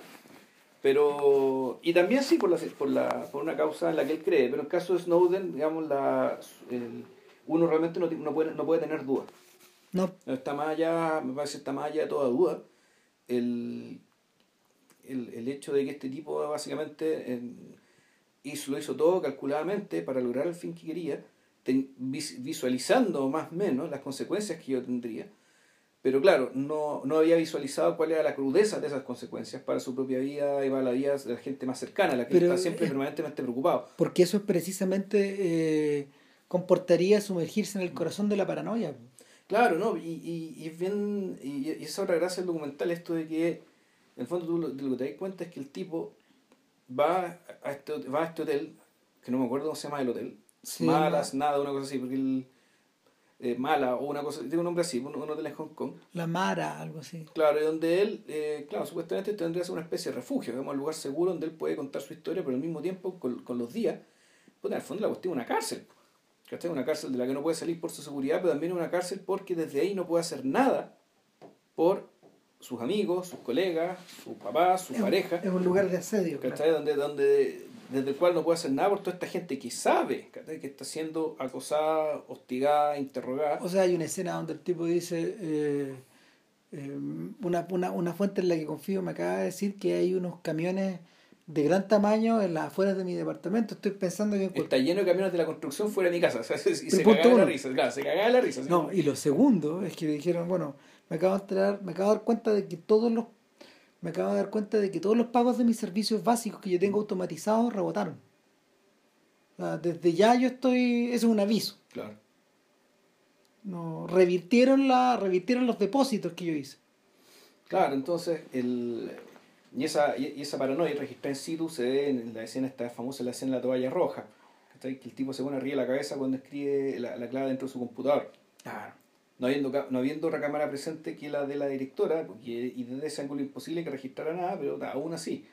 S1: Pero, y también sí por, la, por, la, por una causa en la que él cree, pero en el caso de Snowden, digamos, la, el, uno realmente no, no, puede, no puede tener dudas.
S2: No,
S1: Está más allá, me parece está más allá de toda duda el, el, el hecho de que este tipo básicamente en, hizo, lo hizo todo calculadamente para lograr el fin que quería, ten, vis, visualizando más o menos las consecuencias que yo tendría, pero claro, no, no había visualizado cuál era la crudeza de esas consecuencias para su propia vida y para la vida de la gente más cercana, la que
S2: Pero,
S1: está siempre
S2: eh,
S1: permanentemente preocupado.
S2: porque eso es precisamente eh, comportaría sumergirse en el corazón de la paranoia.
S1: Claro, ¿no? Y, y, y es bien, y, y esa otra gracia del documental, esto de que, en el fondo, tú lo, de lo que te das cuenta es que el tipo va a este, va a este hotel, que no me acuerdo cómo se llama el hotel,
S2: Se
S1: Malas,
S2: llama
S1: nada, una cosa así, porque el, eh, Mala o una cosa, tiene un nombre así, un, un hotel en Hong Kong.
S2: La Mara, algo así.
S1: Claro, y donde él, eh, claro, supuestamente tendría que ser una especie de refugio, digamos, un lugar seguro donde él puede contar su historia, pero al mismo tiempo, con, con los días, pues en el fondo la cuestión es una cárcel. ¿Cachai? Una cárcel de la que no puede salir por su seguridad, pero también es una cárcel porque desde ahí no puede hacer nada por sus amigos, sus colegas, sus papás, su
S2: Es,
S1: pareja.
S2: es un lugar de asedio.
S1: ¿Cachai?
S2: Claro.
S1: Donde, donde, desde el cual no puede hacer nada por toda esta gente que sabe, ¿cachai? Que está siendo acosada, hostigada, interrogada.
S2: O sea, hay una escena donde el tipo dice, eh, eh, una, una, una fuente en la que confío me acaba de decir que hay unos camiones de gran tamaño en las afueras de mi departamento. Estoy pensando que...
S1: Está lleno de camiones de la construcción fuera de mi casa. O sea, y se
S2: punto
S1: cagaba de la
S2: uno.
S1: risa. Claro, se cagaba de la risa. ¿Sí?
S2: No, y lo segundo es que dijeron, bueno, me acabo de enterar, me acabo de dar cuenta de que todos los me acabo de dar cuenta de que todos los pagos de mis servicios básicos que yo tengo automatizados rebotaron. O sea, desde ya yo estoy, eso es un aviso.
S1: Claro.
S2: No, revirtieron la, revirtieron los depósitos que yo hice.
S1: Claro, entonces el y esa y esa paranoia registrada en situ se ve en la escena esta famosa, la escena de la toalla roja. ¿Cachai? Que el tipo se pone arriba de la cabeza cuando escribe la, la clave dentro de su computador.
S2: Claro.
S1: No habiendo, no habiendo otra cámara presente que la de la directora, porque, y desde ese ángulo imposible que registrara nada, pero aún así.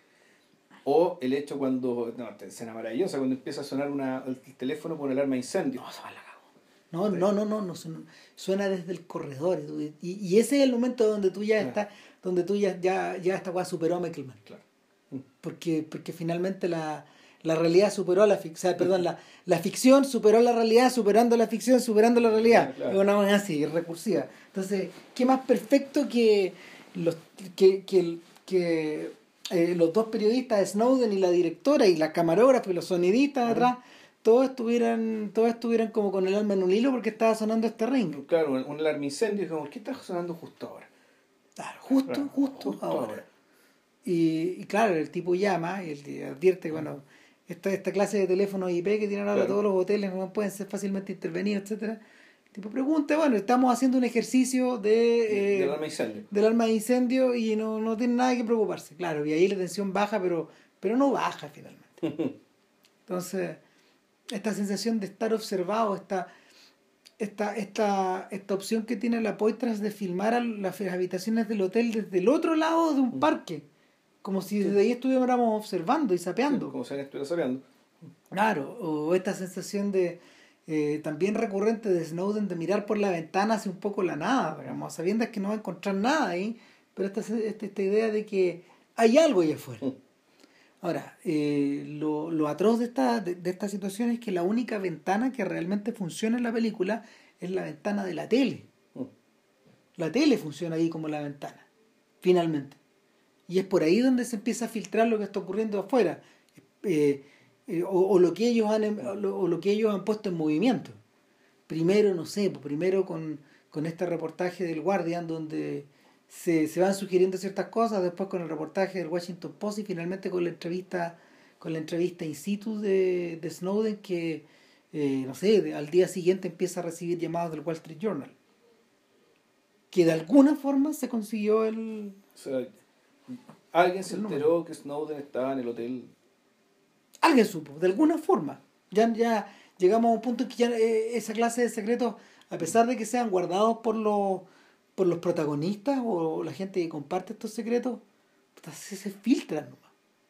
S1: O el hecho cuando, no, esta escena maravillosa, cuando empieza a sonar una, el teléfono con alarma de incendio.
S2: No, se va a la cago. No, no, no, no, no, suena, suena desde el corredor. Y, y ese es el momento donde tú ya
S1: Claro.
S2: estás, donde tú ya, ya, ya esta weá superó a Meckelman.
S1: Claro.
S2: Porque, porque finalmente la, la realidad superó a la ficción, o sea, perdón, la, la ficción superó la realidad, superando la ficción, superando la realidad.
S1: Claro.
S2: Es una manera así, recursiva. Entonces, ¿qué más perfecto que los que, que, que eh, los dos periodistas, Snowden y la directora, y la camarógrafa y los sonidistas de atrás, todos estuvieran, todos estuvieran como con el alma en un hilo porque estaba sonando este ring.
S1: Claro, un, un alarma de incendio, y como, ¿por qué está sonando justo ahora?
S2: Claro, justo,
S1: Claro,
S2: justo,
S1: justo
S2: ahora.
S1: ahora.
S2: Y, y claro, el tipo llama y él advierte, bueno, esta, esta clase de teléfonos I P que tienen ahora
S1: Claro.
S2: todos los hoteles no pueden ser fácilmente intervenidos, etcétera. El tipo pregunta, bueno, estamos haciendo un ejercicio de, eh,
S1: Del alarma de incendio.
S2: del arma de incendio y no, no tiene nada que preocuparse. Claro, y ahí la tensión baja, pero, pero no baja finalmente. Entonces, esta sensación de estar observado, esta, esta, esta, esta opción que tiene la Poitras de filmar a las habitaciones del hotel desde el otro lado de un parque, como si desde ahí estuviéramos observando y sapeando.
S1: Como si alguien estuviera sapeando.
S2: Claro, o esta sensación de eh, también recurrente de Snowden de mirar por la ventana hacia un poco la nada, digamos, sabiendo que no va a encontrar nada ahí, pero esta, esta, esta idea de que hay algo ahí afuera. Ahora, eh, lo, lo atroz de esta, de, de esta situación es que la única ventana que realmente funciona en la película es la ventana de la tele. La tele funciona ahí como la ventana, finalmente. Y es por ahí donde se empieza a filtrar lo que está ocurriendo afuera. Eh, eh, o, o, lo que ellos han, o, lo, o lo que ellos han puesto en movimiento. Primero, no sé, pues primero con, con este reportaje del Guardian donde se, se van sugiriendo ciertas cosas, después con el reportaje del Washington Post y finalmente con la entrevista con la entrevista in situ de, de Snowden que, eh, no sé, de, al día siguiente empieza a recibir llamados del Wall Street Journal. Que de alguna forma se consiguió el...
S1: O sea, alguien se
S2: el
S1: enteró que Snowden estaba en el hotel.
S2: Alguien supo, de alguna forma. Ya, ya llegamos a un punto en que ya eh, esa clase de secretos, a pesar de que sean guardados por los, por los protagonistas o la gente que comparte estos secretos, se, se filtran nomás.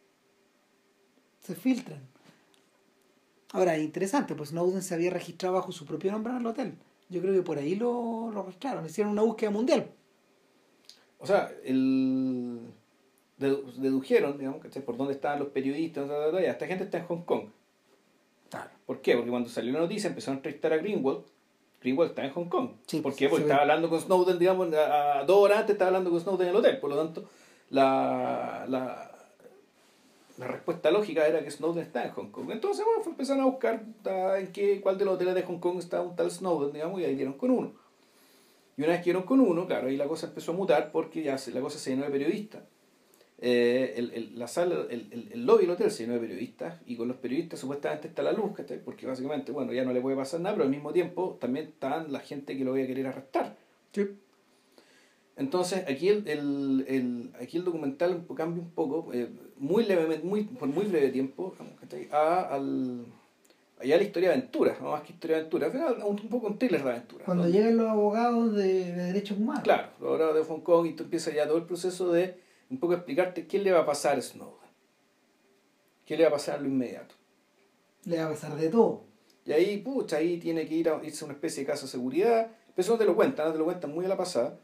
S2: Se filtran. Ahora, es interesante, pues Snowden se había registrado bajo su propio nombre en el hotel. Yo creo que por ahí lo, lo registraron, hicieron una búsqueda mundial.
S1: O sea, el dedu- dedujeron, digamos, ¿cachai? Por dónde estaban los periodistas, ta, ta, ta, ya, esta gente está en Hong Kong.
S2: Claro.
S1: ¿Por qué? Porque cuando salió la noticia empezaron a entrevistar a Greenwald. Greenwald está en Hong Kong.
S2: Sí,
S1: ¿Por qué? Porque
S2: sí.
S1: estaba hablando con Snowden, digamos, a, a dos horas antes estaba hablando con Snowden en el hotel. Por lo tanto, la, la, la respuesta lógica era que Snowden está en Hong Kong. Entonces, bueno, fue- empezaron a buscar ta, en qué, cuál de los hoteles de Hong Kong estaba un tal Snowden, digamos, y ahí dieron con uno. Y una vez que dieron con uno, claro, ahí la cosa empezó a mutar porque ya se, la cosa se llenó de periodistas. Eh, el, el, la sala, el, el, el lobby del hotel se llenó de periodistas y con los periodistas supuestamente está la luz, ¿cachai? Porque básicamente, bueno, ya no le puede pasar nada, pero al mismo tiempo también están la gente que lo voy a querer arrestar.
S2: Sí.
S1: Entonces, aquí el, el, el, aquí el documental cambia un poco, eh, muy levemente, muy, por muy breve tiempo, ¿cachai? A, al, allá la historia de aventuras, no más que historia de aventuras, al final, un, un poco un thriller de aventuras.
S2: Cuando
S1: ¿no?
S2: llegan los abogados de, de derechos humanos.
S1: Claro, los abogados de Hong Kong y tú empiezas ya todo el proceso de un poco explicarte qué le va a pasar a Snowden, qué le va a pasar a lo inmediato.
S2: Le va a pasar de todo.
S1: Y ahí, pucha, ahí tiene que ir a, irse a una especie de casa de seguridad, pero eso no te lo cuentan, no te lo cuentan muy a la pasada,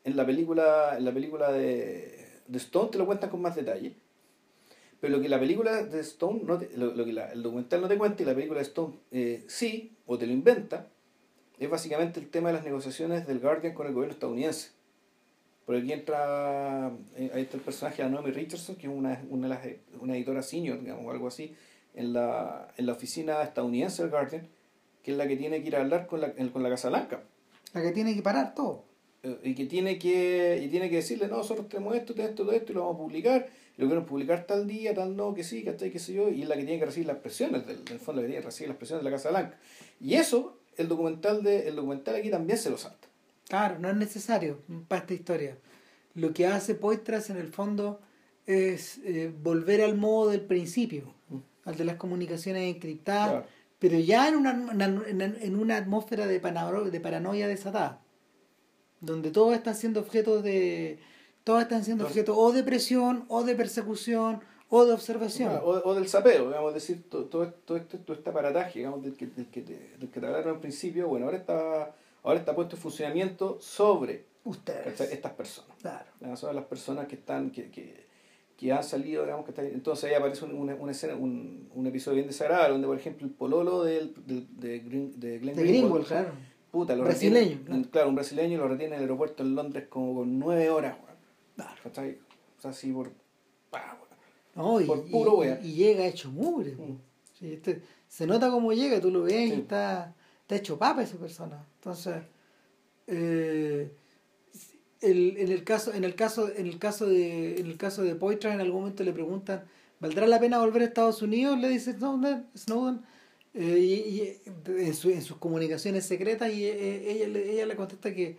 S1: en la película, en la película de, de Stone te lo cuentan con más detalle. Pero lo que la película de Stone, no te- lo, lo que la- el documental no te cuenta y la película de Stone eh, sí, o te lo inventa, es básicamente el tema de las negociaciones del Guardian con el gobierno estadounidense. Por aquí entra, eh, ahí está el personaje de Naomi Richardson, que es una, una, de las, una editora senior, digamos, o algo así, en la, en la oficina estadounidense del Guardian, que es la que tiene que ir a hablar con la, con la Casa Blanca.
S2: La que tiene que parar todo.
S1: Eh, Y que tiene que, y tiene que decirle, no, nosotros tenemos esto, esto, todo esto, y lo vamos a publicar, y lo queremos publicar tal día, tal no, que sí, ¿cachai? Qué sé yo, y es la que tiene que recibir las presiones, del, del fondo, la que tiene que recibir las presiones de la Casa Blanca. Y eso, el documental de, el documental aquí también se lo salta.
S2: Claro, no es necesario para esta historia. Lo que hace Poitras en el fondo es eh, volver al modo del principio, al de las comunicaciones encriptadas,
S1: Claro.
S2: pero ya en una, una- en en una atmósfera de, panaro- de paranoia desatada, donde todos están siendo objetos de, todos están siendo
S1: Entonces,
S2: objetos o de presión, o de persecución, o de
S1: claro,
S2: observación.
S1: o, o del sapeo, digamos, es decir, todo, todo, todo, este, todo este aparataje, digamos, del que, del que te, del que te hablaron al principio, bueno, ahora está, ahora está puesto en funcionamiento sobre,
S2: Ustedes.
S1: ¿cachai? Estas personas.
S2: Claro.
S1: ¿Ya? Son las personas que están, que, que, que han salido, digamos, que están, entonces ahí aparece un- una, una escena, un, un episodio bien desagradable, donde por ejemplo el pololo del, del, de, Green, de Glenn
S2: De
S1: Greenwald,
S2: Greenwald, claro.
S1: puta, lo
S2: Brasileño,
S1: retiene,
S2: claro.
S1: claro, un brasileño lo retiene en el aeropuerto en Londres como con nueve horas, weón.
S2: Claro.
S1: ¿Cachai? O sea, así por, pa, weón.
S2: No, y,
S1: Por puro
S2: y-
S1: wea.
S2: y llega hecho mugre.
S1: Mm.
S2: Sí, este- se nota cómo llega, tú lo ves
S1: Sí.
S2: y está, está hecho papa esa persona. Entonces, eh, el, en el caso, en el caso, en el caso de, en el caso de Poitras, en algún momento le preguntan, ¿valdrá la pena volver a Estados Unidos? Le dice Snowden, Snowden eh, y, y en, su- en sus comunicaciones secretas, y eh, ella, le- ella le contesta que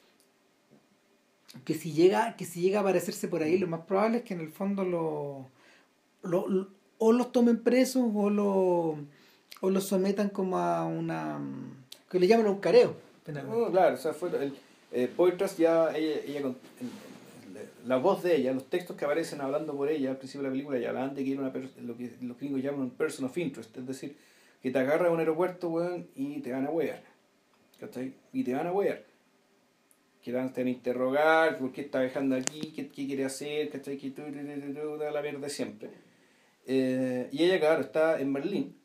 S2: que si llega que si llega a aparecerse por ahí, lo más probable es que en el fondo lo, lo- lo- o los tomen presos o lo o los sometan como a una, que le llaman a un careo penalmente.
S1: No, claro, o sea, fue el, eh, Poitras ya, ella, ella con- en- en- la voz de ella, los textos que aparecen hablando por ella al principio de la película, ya hablaban de que era una per- lo que los gringos llaman un person of interest, es decir, que te agarran a un aeropuerto, weón, y te van a wear, ¿cachai? Y te van a wear. Que te van a interrogar, por qué está viajando aquí, qué, qué quiere hacer, ¿cachai? Que tú, tú, tú, tú, tú, la mierda siempre. Eh, y ella, claro, está en Berlín.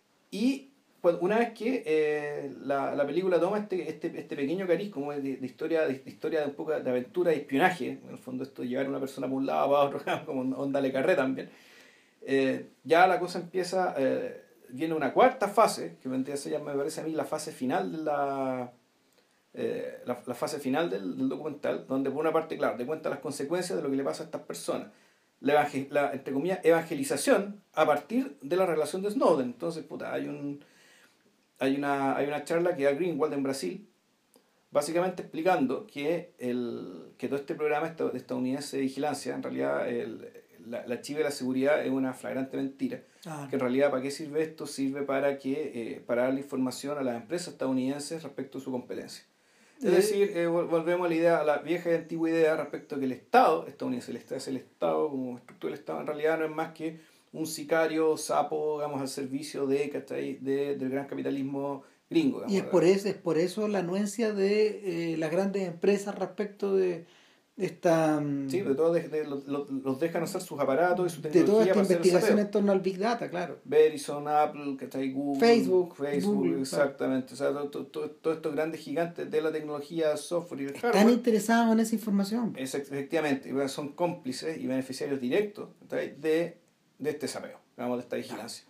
S1: Y pues, una vez que eh, la, la película toma este, este, este pequeño cariz como de, de historia, de, de historia de un poco de aventura y espionaje, en el fondo esto de llevar a una persona por un lado para otro, como onda Le Carré también, eh, ya la cosa empieza, eh, viene una cuarta fase, que vendría a ser, me parece a mí, la fase final de la... eh, la, la fase final del, del documental, donde por una parte, claro, te cuenta las consecuencias de lo que le pasa a estas personas. La, evangel- la, entre comillas, evangelización a partir de la relación de Snowden. Entonces, puta, hay un hay una, hay una charla que da Greenwald en Brasil, básicamente explicando que, el, que todo este programa esta- estadounidense de vigilancia, en realidad el, la, la chiva de la seguridad es una flagrante mentira.
S2: Ah,
S1: Que en realidad, ¿para qué sirve esto? Sirve para, que, eh, para darle información a las empresas estadounidenses respecto a su competencia. Es
S2: Eh,
S1: decir, eh, vol- volvemos a la idea, a la vieja y antigua idea respecto a que el Estado estadounidense, el Estado es el Estado como estructura del Estado, en realidad no es más que un sicario sapo, digamos, al servicio de, ¿cachai? de del gran capitalismo gringo.
S2: y es
S1: Digamos,
S2: por eso, es por eso la anuencia de eh, las grandes empresas respecto de esta
S1: sí,
S2: mm,
S1: de todo de, de- los, los los dejan usar sus aparatos y su
S2: de
S1: tecnología
S2: toda esta
S1: para hacer el
S2: investigación
S1: sapeo.
S2: en torno al Big Data, claro.
S1: Verizon, Apple, ¿cachai? Google,
S2: Facebook,
S1: Facebook,
S2: Google, claro.
S1: exactamente. O sea, to- to- to- todos estos grandes gigantes de la tecnología, software y el
S2: Están
S1: hardware.
S2: interesados en esa información.
S1: Es, efectivamente, y bueno, son cómplices y beneficiarios directos, ¿cachai? de, de este sapeo, digamos, de esta vigilancia.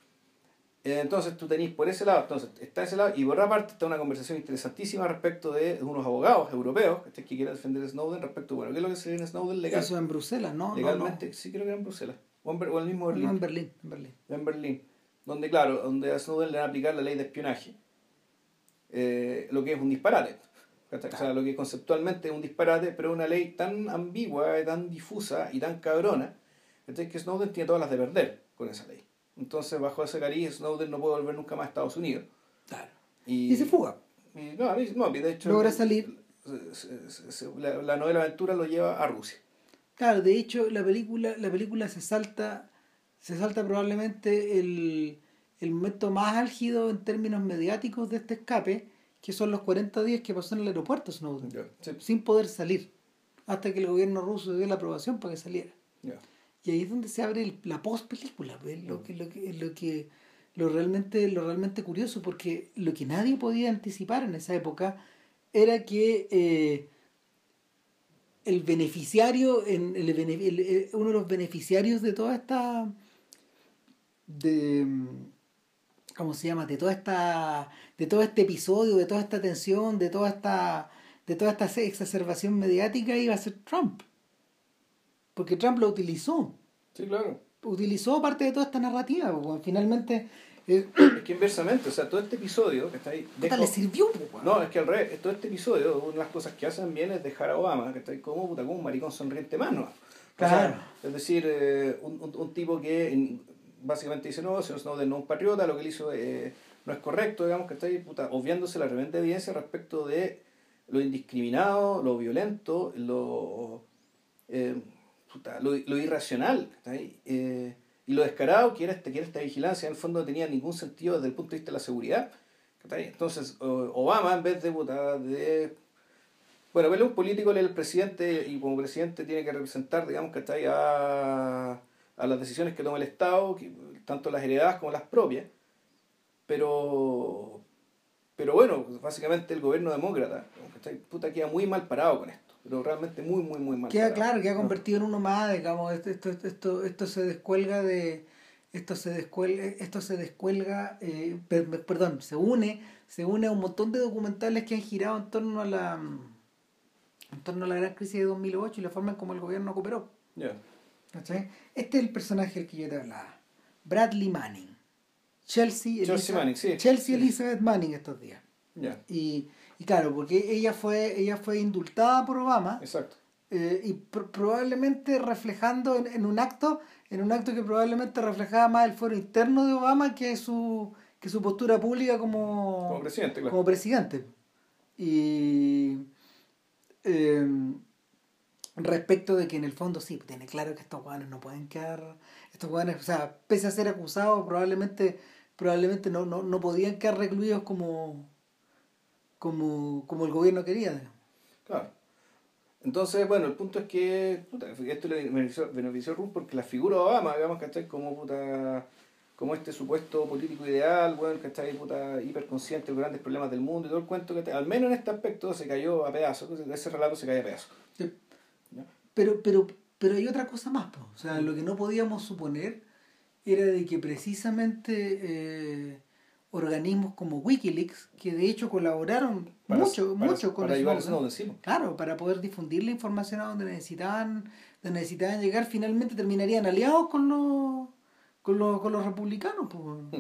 S1: Eh, Entonces tú tenés por ese lado, entonces está ese lado, y por otra parte está una conversación interesantísima respecto de unos abogados europeos, ¿cachai? Que quieren defender a Snowden respecto, bueno, ¿qué es lo que se viene a Snowden legal?
S2: Eso en Bruselas, ¿no?
S1: Legalmente, sí creo que era en Bruselas, o en, Ber- o en el mismo
S2: No, no,
S1: Berlín,
S2: no, en Berlín, en Berlín.
S1: en Berlín, donde claro, donde a Snowden le van a aplicar la ley de espionaje, eh, lo que es un disparate. ¿Cachai? O sea, lo que conceptualmente es un disparate, pero una ley tan ambigua, tan difusa y tan cabrona, ¿cachai? Que Snowden tiene todas las de perder con esa ley. Entonces, bajo ese cariz, Snowden no puede volver nunca más a Estados Unidos.
S2: Claro.
S1: Y,
S2: Y se fuga.
S1: y no, a mí- no, de hecho,
S2: Logra salir.
S1: se- se- se- la, la novela aventura lo lleva a Rusia.
S2: Claro, de hecho, la película, la película se salta, se salta probablemente el, el momento más álgido en términos mediáticos de este escape, que son los cuarenta días que pasó en el aeropuerto Snowden,
S1: Yeah. Sí.
S2: sin poder salir, hasta que el gobierno ruso dio la aprobación para que saliera.
S1: Yeah.
S2: Y ahí es donde se abre el- la post-película, pues, lo que, lo que, lo que, lo realmente, lo realmente curioso, porque lo que nadie podía anticipar en esa época era que eh, el beneficiario, en, el, bene- el- el- uno de los beneficiarios de toda esta, de, ¿cómo se llama? De toda esta, de todo este episodio, de toda esta tensión, de toda esta, de toda esta exacerbación mediática iba a ser Trump, porque Trump lo utilizó.
S1: Sí, claro.
S2: Utilizó parte de toda esta narrativa, porque finalmente eh,
S1: Es que inversamente, o sea, todo este episodio que está ahí.
S2: puta, le sirvió, po, weón.
S1: No, es que al revés, todo este episodio, una de las cosas que hacen bien es dejar a Obama, que está ahí como, puta, como un maricón sonriente más, ¿no? O
S2: Claro.
S1: sea, es decir, eh, un, un, un tipo que en- básicamente dice, no, señor Snowden no es un patriota, lo que él hizo eh, no es correcto, digamos, que está ahí, puta, obviándose la tremenda evidencia respecto de lo indiscriminado, lo violento, lo, eh, puta, lo, lo irracional, ¿está ahí? Eh, y lo descarado que era, este, que era esta vigilancia. En el fondo no tenía ningún sentido desde el punto de vista de la seguridad. ¿Está ahí? Entonces, o- Obama, en vez de, puta, de bueno, él es un político, él es el presidente, y como presidente tiene que representar, digamos, que está ahí a, a las decisiones que toma el Estado, que, tanto las heredadas como las propias. Pero, pero bueno, básicamente el gobierno demócrata, que está ahí, puta, queda muy mal parado con esto. Pero realmente muy, muy, muy mal
S2: Queda
S1: parado.
S2: claro, queda convertido en uno más, digamos, esto, esto, esto, esto se descuelga de, esto se descuelga, esto se descuelga, eh, per- per- perdón, se une, se une a un montón de documentales que han girado en torno a la, en torno a la gran crisis de dos mil ocho y la forma en cómo el gobierno cooperó.
S1: Ya.
S2: ¿Cachai? Este es el personaje del que yo te hablaba, Bradley Manning, Chelsea,
S1: Chelsea
S2: Elizabeth,
S1: Manning, sí.
S2: Chelsea
S1: Sí.
S2: Elizabeth Manning estos días.
S1: Ya,
S2: Y, y claro, porque ella fue, ella fue indultada por Obama.
S1: exacto.
S2: Eh, y pr- probablemente reflejando en, en un acto en un acto que probablemente reflejaba más el fuero interno de Obama que su que su postura pública como
S1: Como presidente, claro.
S2: como presidente. Y eh, respecto de que en el fondo sí tiene claro que estos hueones no pueden quedar, estos hueones, o sea, pese a ser acusados, probablemente probablemente no no, no podían quedar recluidos como como como el gobierno quería, digamos.
S1: Claro. Entonces, bueno, el punto es que puta, esto le benefició, benefició a Trump porque la figura de Obama, digamos, ¿cachai? Como, puta, como este supuesto político ideal, bueno, ¿cachai? Puta, hiperconsciente de los grandes problemas del mundo y todo el cuento, que al menos en este aspecto se cayó a pedazos, ese relato se cayó a pedazos.
S2: Sí.
S1: ¿Ya?
S2: Pero, pero, pero hay otra cosa más, po. O sea, lo que no podíamos suponer era de que precisamente eh, organismos como Wikileaks, que de hecho colaboraron
S1: Para,
S2: mucho,
S1: para,
S2: mucho con
S1: para ayudar a
S2: Snowden,
S1: Snowden, sí.
S2: claro, para poder difundir la información a donde necesitaban, donde necesitaban llegar, finalmente terminarían aliados con los con los, con los republicanos, po.
S1: Hmm.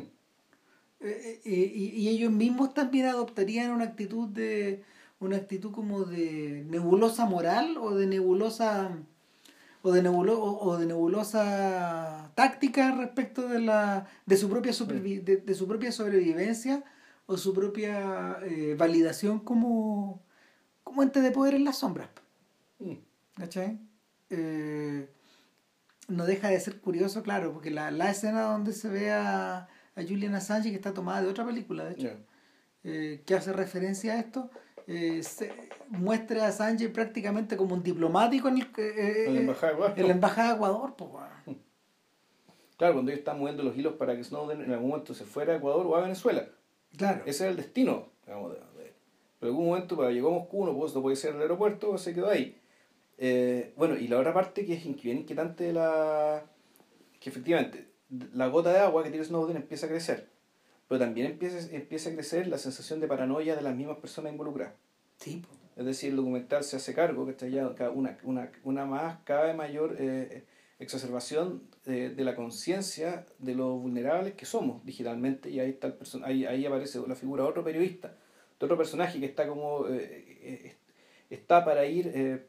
S2: Eh, eh, y, y ellos mismos también adoptarían una actitud de una actitud como de nebulosa moral o de nebulosa o de nebulo, o, o de nebulosa táctica respecto de la de su propia supervi- de, de su propia sobrevivencia o su propia eh, validación como como ente de poder en las sombras.
S1: Mm.
S2: ¿Cachai? Eh, no deja de ser curioso, claro, porque la, la escena donde se ve a, a Julian Assange, que está tomada de otra película, de hecho,
S1: Yeah.
S2: eh, que hace referencia a esto, eh, se, muestra a Assange prácticamente como un diplomático en, el, eh,
S1: En la embajada de Ecuador.
S2: en la embajada de Ecuador, pues, bueno.
S1: Claro, cuando ellos están moviendo los hilos para que Snowden en algún momento se fuera a Ecuador o a Venezuela.
S2: Claro.
S1: Ese era el destino, digamos, de, de- pero en algún momento para llegó a Moscú, no pudo, no puede ser el aeropuerto, se quedó ahí. Eh, bueno, y la otra parte que es bien inquietante de la... que efectivamente la gota de agua que tiene Snowden empieza a crecer, pero también empieza, empieza a crecer la sensación de paranoia de las mismas personas involucradas.
S2: Sí, pues.
S1: Es decir, el documental se hace cargo, que está ya una, una, una más, cada vez mayor eh, exacerbación de, de la conciencia de lo vulnerables que somos digitalmente, y ahí está el person ahí, ahí aparece la figura de otro periodista, de otro personaje que está como eh, eh, está para ir eh,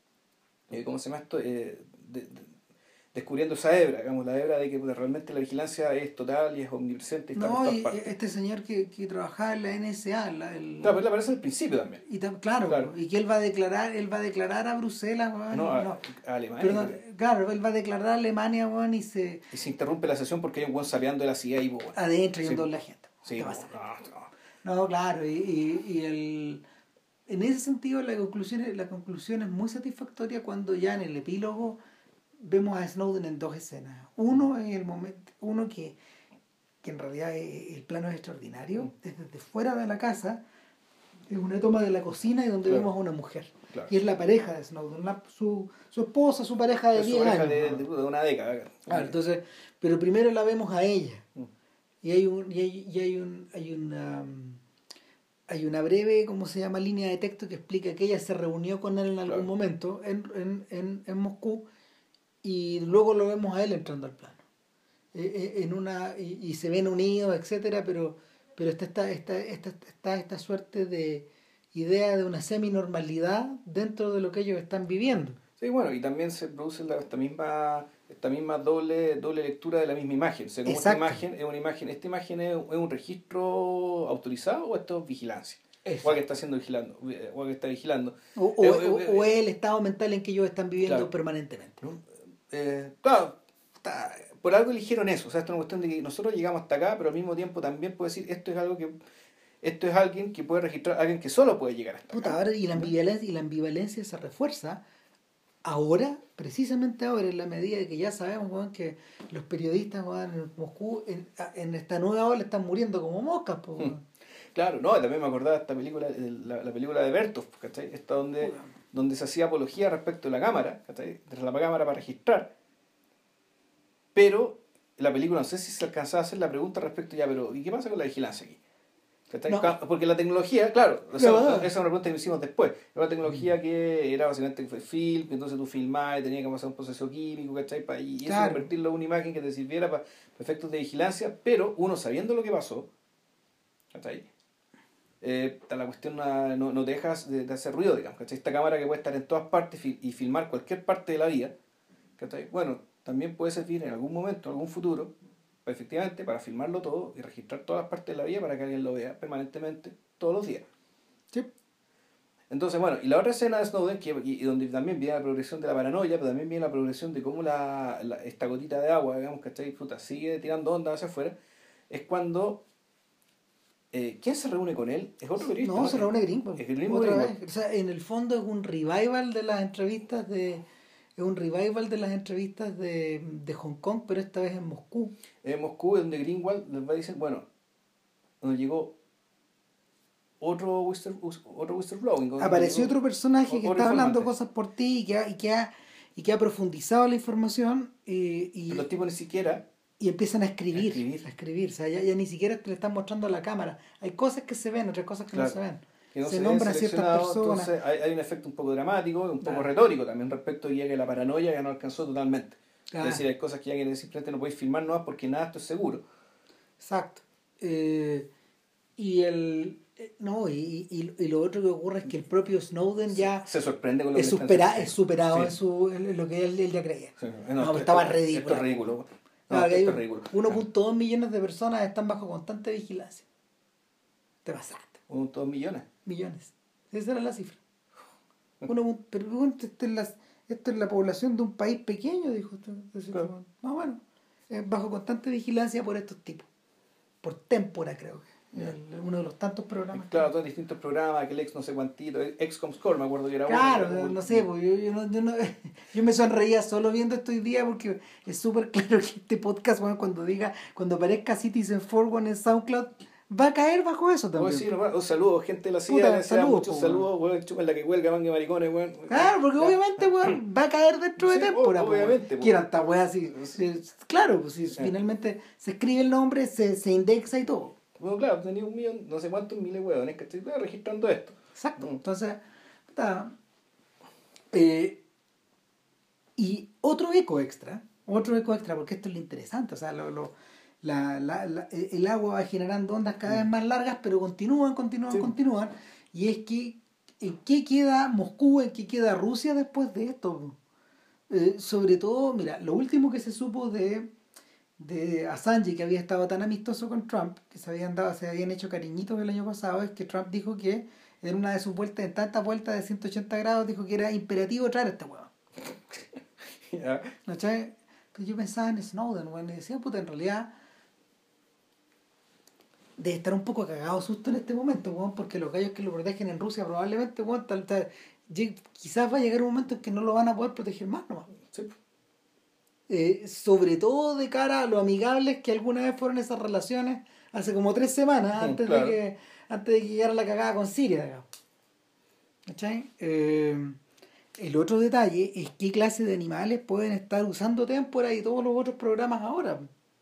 S1: eh, ¿cómo se llama esto? Eh, de, de, descubriendo esa hebra, digamos, la hebra de que realmente la vigilancia es total y es omnipresente y está
S2: No,
S1: por todas
S2: y
S1: partes.
S2: este señor que, que trabajaba en la N S A, la, el,
S1: Claro, pero él aparece al principio también.
S2: y tam- claro,
S1: Claro.
S2: y que él va a declarar, él va a declarar a Bruselas, weón,
S1: No, a,
S2: no,
S1: a Alemania.
S2: perdón,
S1: creo.
S2: claro, él va a declarar a Alemania, weón, y se
S1: Y se interrumpe la sesión porque hay un buen sapeando de la C I A y, pues, bueno.
S2: adentro y
S1: Sí,
S2: un doble agente.
S1: Sí,
S2: ¿Qué
S1: pues,
S2: pasa?
S1: no, no.
S2: No, claro, y, y, y el, en ese sentido la conclusión, es- la conclusión es muy satisfactoria cuando ya en el epílogo vemos a Snowden en dos escenas. Uno en el momento, uno que, que en realidad es- el plano es extraordinario, es desde fuera de la casa, es una toma de la cocina y donde
S1: Claro,
S2: vemos a una mujer.
S1: claro.
S2: Y es la pareja de Snowden, la- su, su esposa, su pareja de
S1: Es su
S2: diez
S1: pareja
S2: años.
S1: de,
S2: ¿No?
S1: de, de una década.
S2: Ah, entonces, pero primero la vemos a ella.
S1: Mm.
S2: Y hay un, y hay, y hay un, hay una mm, hay una breve, ¿cómo se llama?, línea de texto que explica que ella se reunió con él en algún
S1: Claro.
S2: momento en, en, en, en Moscú y luego lo vemos a él entrando al plano. Eh, eh, en una, y, y se ven unidos, etcétera, pero, pero está esta, esta, esta, esta, esta suerte de idea de una semi-normalidad dentro de lo que ellos están viviendo.
S1: Sí, bueno, y también se produce la- esta misma esta misma doble doble lectura de la misma imagen. O sea, como esta
S2: Exacto.
S1: imagen es una imagen, esta imagen es, un es un registro autorizado o esto es vigilancia. O
S2: Exacto.
S1: que está haciendo vigilando, o que está vigilando.
S2: O, o,
S1: Eh,
S2: o,
S1: eh,
S2: o
S1: eh,
S2: es el estado mental en que ellos están viviendo
S1: claro.
S2: permanentemente.
S1: ¿No? Eh, claro, está- por algo eligieron eso. O sea, esto es una cuestión de que nosotros llegamos hasta acá, pero al mismo tiempo también puede decir esto es algo que esto es alguien que puede registrar, alguien que solo puede llegar hasta
S2: Puta,
S1: acá.
S2: ahora y la ambivalencia, y la ambivalencia se refuerza ahora, precisamente ahora, en la medida de que ya sabemos, weón, que los periodistas, weón, en Moscú, en, en esta nueva ola están muriendo como moscas, pues, weón.
S1: Claro, no, también me acordaba de esta película, de la, la película de Bertov, ¿cachai? Esta donde,
S2: Puta.
S1: donde se hacía apología respecto de la cámara, ¿cachai? De la cámara para registrar, pero la película no sé si se alcanzaba a hacer la pregunta respecto ya, pero ¿y qué pasa con la vigilancia aquí? ¿Cachai?
S2: No.
S1: Ca- Porque la tecnología, claro, o sea,
S2: No.
S1: esa es una pregunta que hicimos después, era una tecnología que era básicamente que fue film, que entonces tú filmabas y tenías que pasar un proceso químico, ¿cachai? Pa- Y eso
S2: Claro.
S1: convertirlo en una imagen que te sirviera para efectos de vigilancia, pero uno sabiendo lo que pasó, ¿cachai? Eh, la cuestión no, no, no te dejas de, de hacer ruido, digamos, ¿cachai? Esta cámara que puede estar en todas partes fi- y filmar cualquier parte de la vida, ¿cachai? Bueno, también puede servir en algún momento, en algún futuro, efectivamente, para filmarlo todo y registrar todas las partes de la vida para que alguien lo vea permanentemente todos los días.
S2: Sí.
S1: Entonces, bueno, y la otra escena de Snowden, que, y, y donde también viene la progresión de la paranoia, pero también viene la progresión de cómo la, la- esta gotita de agua, digamos, ¿cachai? Puta, sigue tirando ondas hacia afuera, es cuando... Eh, ¿Quién se reúne con él? Es otro periodista.
S2: No, se reúne Greenwald.
S1: Es el mismo
S2: Otra
S1: Greenwald.
S2: vez. O sea, en el fondo es un revival de las entrevistas de. Es un revival de las entrevistas de, de Hong Kong, pero esta vez en Moscú.
S1: En Moscú, donde Greenwald les va a decir, bueno, donde llegó otro whistle, otro whistleblowing. donde
S2: Apareció
S1: llegó
S2: otro personaje que
S1: otro
S2: está hablando
S1: informante.
S2: cosas por ti y que ha, y que ha, y que ha profundizado la información y, y,
S1: Pero los tipos ni siquiera...
S2: y empiezan a escribir.
S1: A escribir.
S2: A escribir. O sea, ya, ya ni siquiera te le están mostrando a la cámara. Hay cosas que se ven, otras cosas que
S1: Claro.
S2: no se ven.
S1: que no
S2: se
S1: se
S2: nombra
S1: ven
S2: a ciertas
S1: seleccionados,
S2: personas.
S1: entonces hay, hay un efecto un poco dramático, un poco
S2: Claro.
S1: retórico también respecto de que la paranoia ya no alcanzó totalmente.
S2: Claro.
S1: Es decir, hay cosas que ya que simplemente no podéis filmar no porque nada esto es seguro.
S2: Exacto. Eh, y el eh, no y, y, y lo otro que ocurre es que el propio Snowden ya
S1: Se sorprende con lo
S2: es,
S1: que le están
S2: supera,
S1: haciendo.
S2: es superado
S1: Sí.
S2: en, su, en lo que él, él ya creía.
S1: Sí.
S2: No,
S1: No,
S2: pero
S1: esto-
S2: estaba
S1: esto-
S2: ridículo.
S1: Esto es ridículo. No,
S2: Claro, que
S1: esto
S2: hay
S1: es ridículo.
S2: uno punto dos millones de personas están bajo constante vigilancia. Te pasaste.
S1: Un dos millones.
S2: Millones. Esa era la cifra. Uno, pero bueno, esto es, la, esto es la población de un país pequeño, dijo.
S1: Claro.
S2: No, bueno, eh, bajo constante vigilancia por estos tipos. Por Témpora, creo que. El- uno de los tantos programas.
S1: Claro, todos distintos programas, que el ex no sé cuantito, ex Comscore, me acuerdo que era
S2: Claro,
S1: uno.
S2: no sé, pues, yo, yo, no, yo, no, yo me sonreía solo viendo esto hoy día porque es súper claro que este podcast, bueno, cuando diga, cuando aparezca Citizen cuatro en SoundCloud, va a caer bajo eso
S1: También.
S2: también.
S1: Sí, no, un saludo, gente de la C I A,
S2: Puta,
S1: les da
S2: saludos,
S1: muchos
S2: po,
S1: saludos, weón, chupen la que cuelga, mangue maricones, weón.
S2: Claro, porque
S1: Ya.
S2: obviamente, weón, va a caer dentro de
S1: Sí,
S2: Témpora,
S1: ob-
S2: po, weón.
S1: obviamente, po.
S2: Quiero esta weá así.
S1: Sí.
S2: Eh, Claro, pues si
S1: Sí.
S2: finalmente se escribe el nombre, se, se indexa y todo.
S1: Bueno, claro, tenía un millón, no sé cuántos miles de huevones que estoy registrando esto.
S2: Exacto.
S1: Mm.
S2: Entonces, puta, eh, y otro eco extra, otro eco extra, porque esto es lo interesante, o sea, lo, lo, la, la, la- el agua va generando ondas cada vez más largas, pero continúan, continúan,
S1: Sí.
S2: continúan, y es que, ¿en qué queda Moscú, en qué queda Rusia después de esto? Eh, sobre todo, mira, lo último que se supo de, de Assange, que había estado tan amistoso con Trump, que se habían dado, se habían hecho cariñitos el año pasado, es que Trump dijo que en una de sus vueltas, en tantas vueltas de ciento ochenta grados, dijo que era imperativo traer a este huevo.
S1: Ya.
S2: Entonces yo pensaba en Snowden, bueno, y decía, puta, en realidad debe estar un poco cagado susto en este momento, weón, porque los gallos que lo protegen en Rusia probablemente, weón, tal, tal, lleg- quizás va a llegar un momento en que no lo van a poder proteger más nomás.
S1: Sí.
S2: Eh, sobre todo de cara a lo amigables que alguna vez fueron esas relaciones hace como tres semanas
S1: Mm,
S2: antes de
S1: claro.
S2: que antes de que llegara la cagada con Siria, digamos. ¿Cachai? Eh, el otro detalle es qué clase de animales pueden estar usando Témpora y todos los otros programas ahora.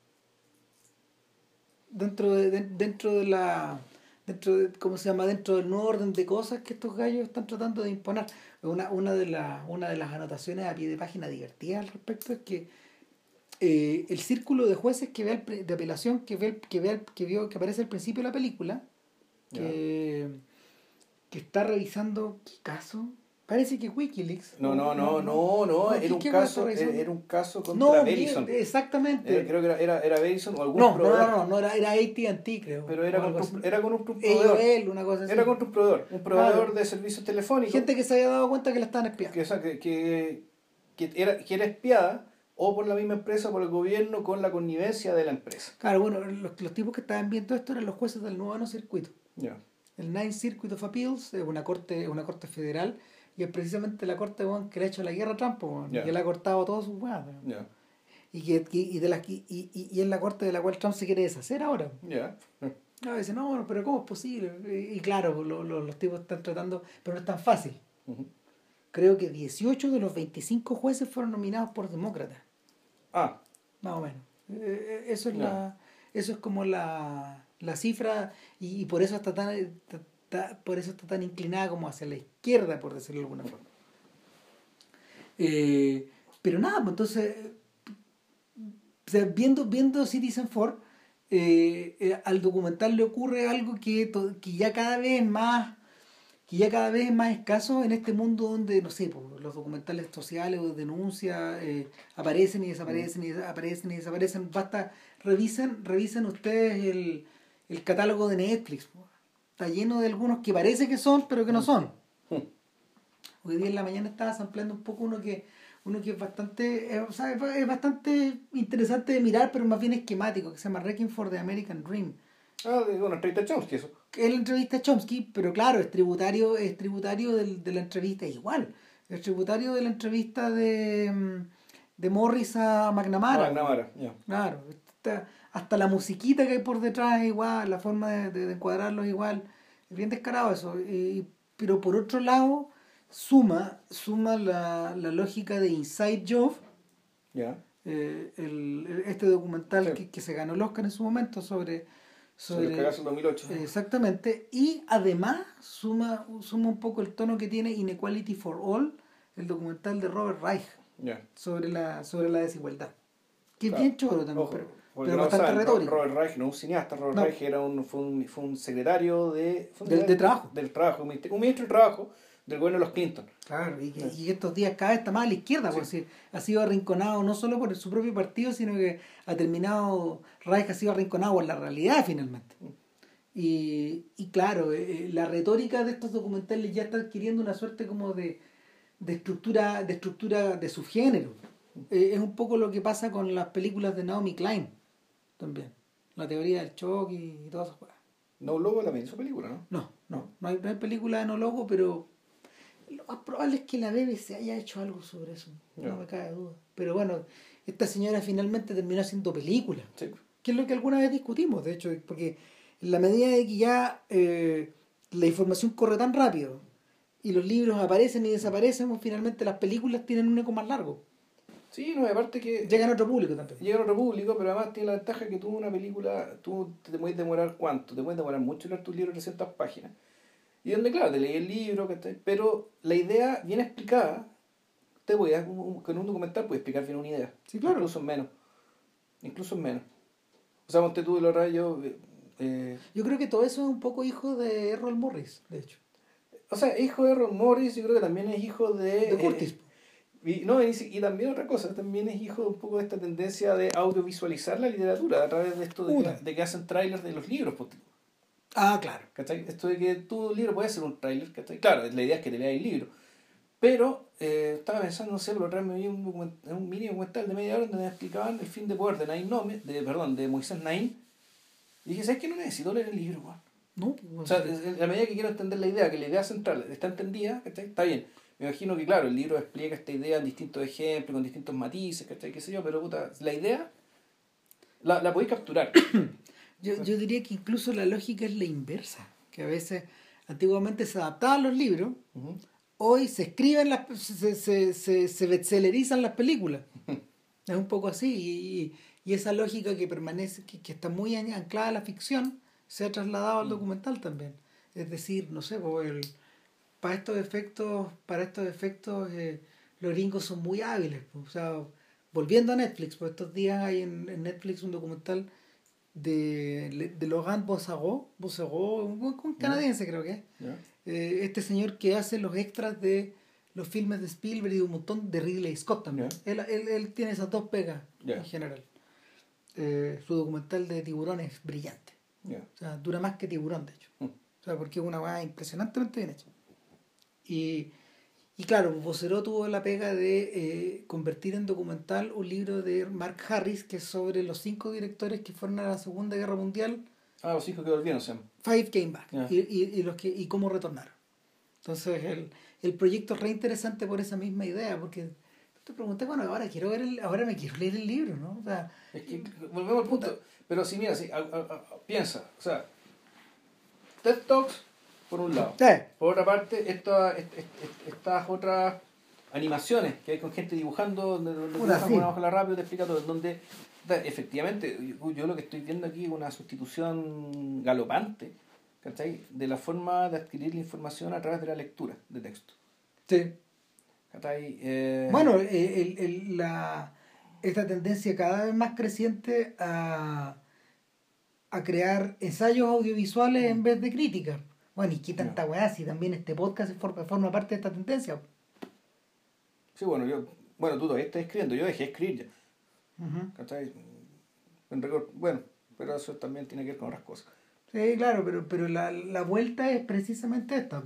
S2: Dentro de, de- dentro de la dentro de, ¿cómo se llama? Dentro del nuevo orden de cosas que estos gallos están tratando de imponer. Una, una de las una de las anotaciones a pie de página divertidas al respecto es que eh, el círculo de jueces que ve al pre- de apelación que ve que ve al- que vio que aparece al principio de la película,
S1: Ya.
S2: que, que está revisando qué caso. Parece que Wikileaks.
S1: No,
S2: o-
S1: no, no, no, no,
S2: no,
S1: era
S2: ¿qué,
S1: un
S2: qué weá está
S1: caso, era,
S2: revisando?
S1: era un caso contra
S2: No,
S1: Verizon.
S2: bien, exactamente.
S1: Era- creo que era, era, era Verizon o algún
S2: No, no, no,
S1: proveedor.
S2: no, no, era, era A T and T, creo.
S1: Pero
S2: o
S1: era
S2: algo
S1: contra, un-
S2: así.
S1: era con un, un
S2: Ellos,
S1: proveedor.
S2: él, una cosa así.
S1: Era contra un proveedor. Un proveedor
S2: Claro.
S1: de servicios telefónicos.
S2: Gente que se había dado cuenta que la estaban espiando.
S1: que, o sea, que, que, que era, que era espiada o por la misma empresa o por el gobierno con la connivencia de la empresa.
S2: Claro, bueno, los, los tipos que estaban viendo esto eran los jueces del noveno circuito.
S1: Ya.
S2: El Ninth Circuit of Appeals es una corte, una corte federal y es precisamente la corte, weón, que le ha hecho la guerra a Trump, weón, y
S1: Ya.
S2: que le ha cortado todas sus weas, weón.
S1: Ya.
S2: Y que y, y de las y, y, y es la corte de la cual Trump se quiere deshacer ahora.
S1: Ya.
S2: No, dice, no, pero ¿cómo es posible? Y, y claro, lo- lo- los tipos están tratando, pero no es tan fácil.
S1: Ujú.
S2: Creo que dieciocho de los veinticinco jueces fueron nominados por demócratas,
S1: Ah,
S2: más o menos. Eh, eh, eso es
S1: Ya.
S2: la eso es como la, la cifra y, y por eso está tan ta- ta- por eso está tan inclinada como hacia la izquierda, por decirlo de alguna forma. Eh, pero nada, pues entonces, o sea, viendo, viendo Citizen Four, eh, eh, al documental le ocurre algo que, to- que ya cada vez es más que ya cada vez es más escaso en este mundo donde, no sé, pues, los documentales sociales o de denuncia eh, aparecen y desaparecen y desa- aparecen y desaparecen. Basta, revisen, revisen ustedes el, el catálogo de Netflix. Po. Está lleno de algunos que parece que son, pero que no son.
S1: Mm.
S2: Hoy día en la mañana estaba sampleando un poco uno que uno que es bastante, eh, o sea, es ba- es bastante interesante de mirar, pero más bien esquemático, que se llama Wrecking for the American Dream.
S1: ah de, bueno, treinta Chomsky eso.
S2: Que es la entrevista a Chomsky, pero claro, es tributario, es tributario del, de la entrevista, es igual. Es tributario de la entrevista de, mm, de Morris a McNamara.
S1: Ah, McNamara, ya.
S2: Claro, está- hasta la musiquita que hay por detrás es igual, la forma de, de, de encuadrarlo es igual. Es bien descarado eso. Y, pero por otro lado, suma, suma la, la lógica de Inside Job,
S1: Ya.
S2: eh, el, el- este documental
S1: Sí.
S2: que, que se ganó el Oscar en su momento sobre...
S1: Sobre el cagazo del dos mil ocho.
S2: Exactamente, y además suma, suma un poco el tono que tiene Inequality for All, el documental de Robert Reich
S1: Ya.
S2: sobre la, sobre la desigualdad. Que es
S1: Claro.
S2: bien choro también,
S1: Ojo,
S2: pero,
S1: porque
S2: pero
S1: no
S2: bastante
S1: saben, Ro-
S2: retórico.
S1: Robert Reich no es un cineasta, Robert
S2: No.
S1: Reich era un, fue, un, fue un secretario de, fue un
S2: Del- de
S1: secretario
S2: trabajo.
S1: Del trabajo, un ministro, un ministro del trabajo del gobierno de los Clinton.
S2: Claro, y que, y que estos días cada vez está más a la izquierda,
S1: Sí.
S2: porque ha sido arrinconado no solo por su propio partido, sino que ha terminado, Reich ha sido arrinconado por la realidad finalmente. Y, y claro, eh, la retórica de estos documentales ya está adquiriendo una suerte como de, de estructura de estructura de subgénero. Eh, es un poco lo que pasa con las películas de Naomi Klein también. La teoría del shock y, y todas esas cosas.
S1: No Lobo también hizo película, ¿no?
S2: No, no, no hay, no hay película de no logo, pero lo más probable es que la B B C haya hecho algo sobre eso. No
S1: Ya.
S2: me cabe duda. Pero bueno, esta señora finalmente terminó haciendo películas.
S1: Sí.
S2: Que es lo que alguna vez discutimos, de hecho, porque en la medida de que ya eh, la información corre tan rápido y los libros aparecen y desaparecen, pues finalmente las películas tienen un eco más largo.
S1: Sí, no, y aparte que
S2: Llegan a otro público también.
S1: llega a otro público, pero además tiene la ventaja que tú una película, tú te puedes demorar cuánto, te puedes demorar mucho en leer tu libro de trescientas páginas. Y donde, claro, te leí el libro, ¿cachai? Pero la idea bien explicada, te voy a, con un documental puedes explicar bien una idea.
S2: Sí, claro.
S1: Incluso en menos. Incluso en menos. O sea, ponte tú de los rayos. Eh,
S2: Yo creo que todo eso es un poco hijo de Errol Morris, de hecho.
S1: o sea, hijo de Ron Morris, yo creo que también es hijo de.
S2: De Curtis.
S1: eh, y, no, y, y también otra cosa, también es hijo de un poco de esta tendencia de audiovisualizar la literatura a través de esto de,
S2: Una.
S1: que, de que hacen trailers de los libros. Pues,
S2: Ah, claro.
S1: ¿cachai? Esto de que tu libro puede ser un trailer, ¿cachai? Claro, la idea es que te leas el libro. Pero eh, estaba pensando, no sé, por otra vez me vi un, document- un mini documental de media hora donde me explicaban el fin de poder de Nain Nome, de, perdón, de Moisés Nain, Y dije, ¿sabes qué? No necesito leer el libro, weón.
S2: No,
S1: O sea, en la medida que quiero entender la idea, que la idea central está entendida, ¿cachai? Está bien. Me imagino que, claro, el libro explica esta idea en distintos ejemplos, con distintos matices, ¿cachai? Qué sé yo, pero puta, la idea la, la podéis capturar.
S2: yo, yo diría que incluso la lógica es la inversa, que a veces antiguamente se adaptaban los libros,
S1: Uh-huh.
S2: hoy se escriben, las, se, se, se, se bestselerizan las películas. Es un poco así, y, y esa lógica que permanece, que, que está muy anclada a la ficción, se ha trasladado al documental también. Es decir, no sé, pues el, para estos efectos, para estos efectos eh, los gringos son muy hábiles. Pues, o sea, volviendo a Netflix, pues estos días hay en, en Netflix un documental de, de Laurent Bossagot, Bossagot, un, un canadiense creo que es.
S1: Yeah.
S2: Eh, este señor que hace los extras de los filmes de Spielberg y un montón de Ridley Scott también.
S1: Yeah.
S2: Él, él, él tiene esas dos pegas
S1: Yeah.
S2: en general. Eh, su documental de Tiburón es brillante.
S1: Yeah.
S2: O sea, dura más que Tiburón, de hecho.
S1: Mm.
S2: O sea, porque es una weá impresionantemente bien hecha. Y, y claro, Vocero tuvo la pega de eh, convertir en documental un libro de Mark Harris que es sobre los cinco directores que fueron a la Segunda Guerra Mundial.
S1: Ah, los hijos que volvieron, Sam.
S2: Five Came Back.
S1: Yeah.
S2: Y, y, y, los que, y cómo retornaron. Entonces, el, el proyecto es re interesante por esa misma idea, porque te pregunté, bueno, ahora quiero ver el, ahora me quiero leer el libro, ¿no? O sea,
S1: Es que volvemos al punto. Pero si mira, si, a, a, a, piensa, o sea, TED Talks, por un lado.
S2: sí.
S1: Por otra parte, esta, est, est, est, estas otras animaciones que hay con gente dibujando, donde, donde
S2: Una,
S1: dibujan
S2: sí.
S1: una hoja rápido, te explica todo, donde da, efectivamente, yo, yo lo que estoy viendo aquí es una sustitución galopante, ¿cachai? De la forma de adquirir la información a través de la lectura de texto.
S2: Sí.
S1: ¿Cachai? Eh,
S2: Bueno, el, el, la, esta tendencia cada vez más creciente a, a crear ensayos audiovisuales en vez de críticas. Bueno, y qué tanta weá, si también este podcast forma, forma parte de esta tendencia.
S1: Sí, bueno, yo, bueno, tú todavía estás escribiendo, yo dejé de escribir ya.
S2: Uh-huh.
S1: ¿Cachai? En rigor, bueno, pero eso también tiene que ver con otras cosas.
S2: Sí, claro, pero, pero la, la vuelta es precisamente esta.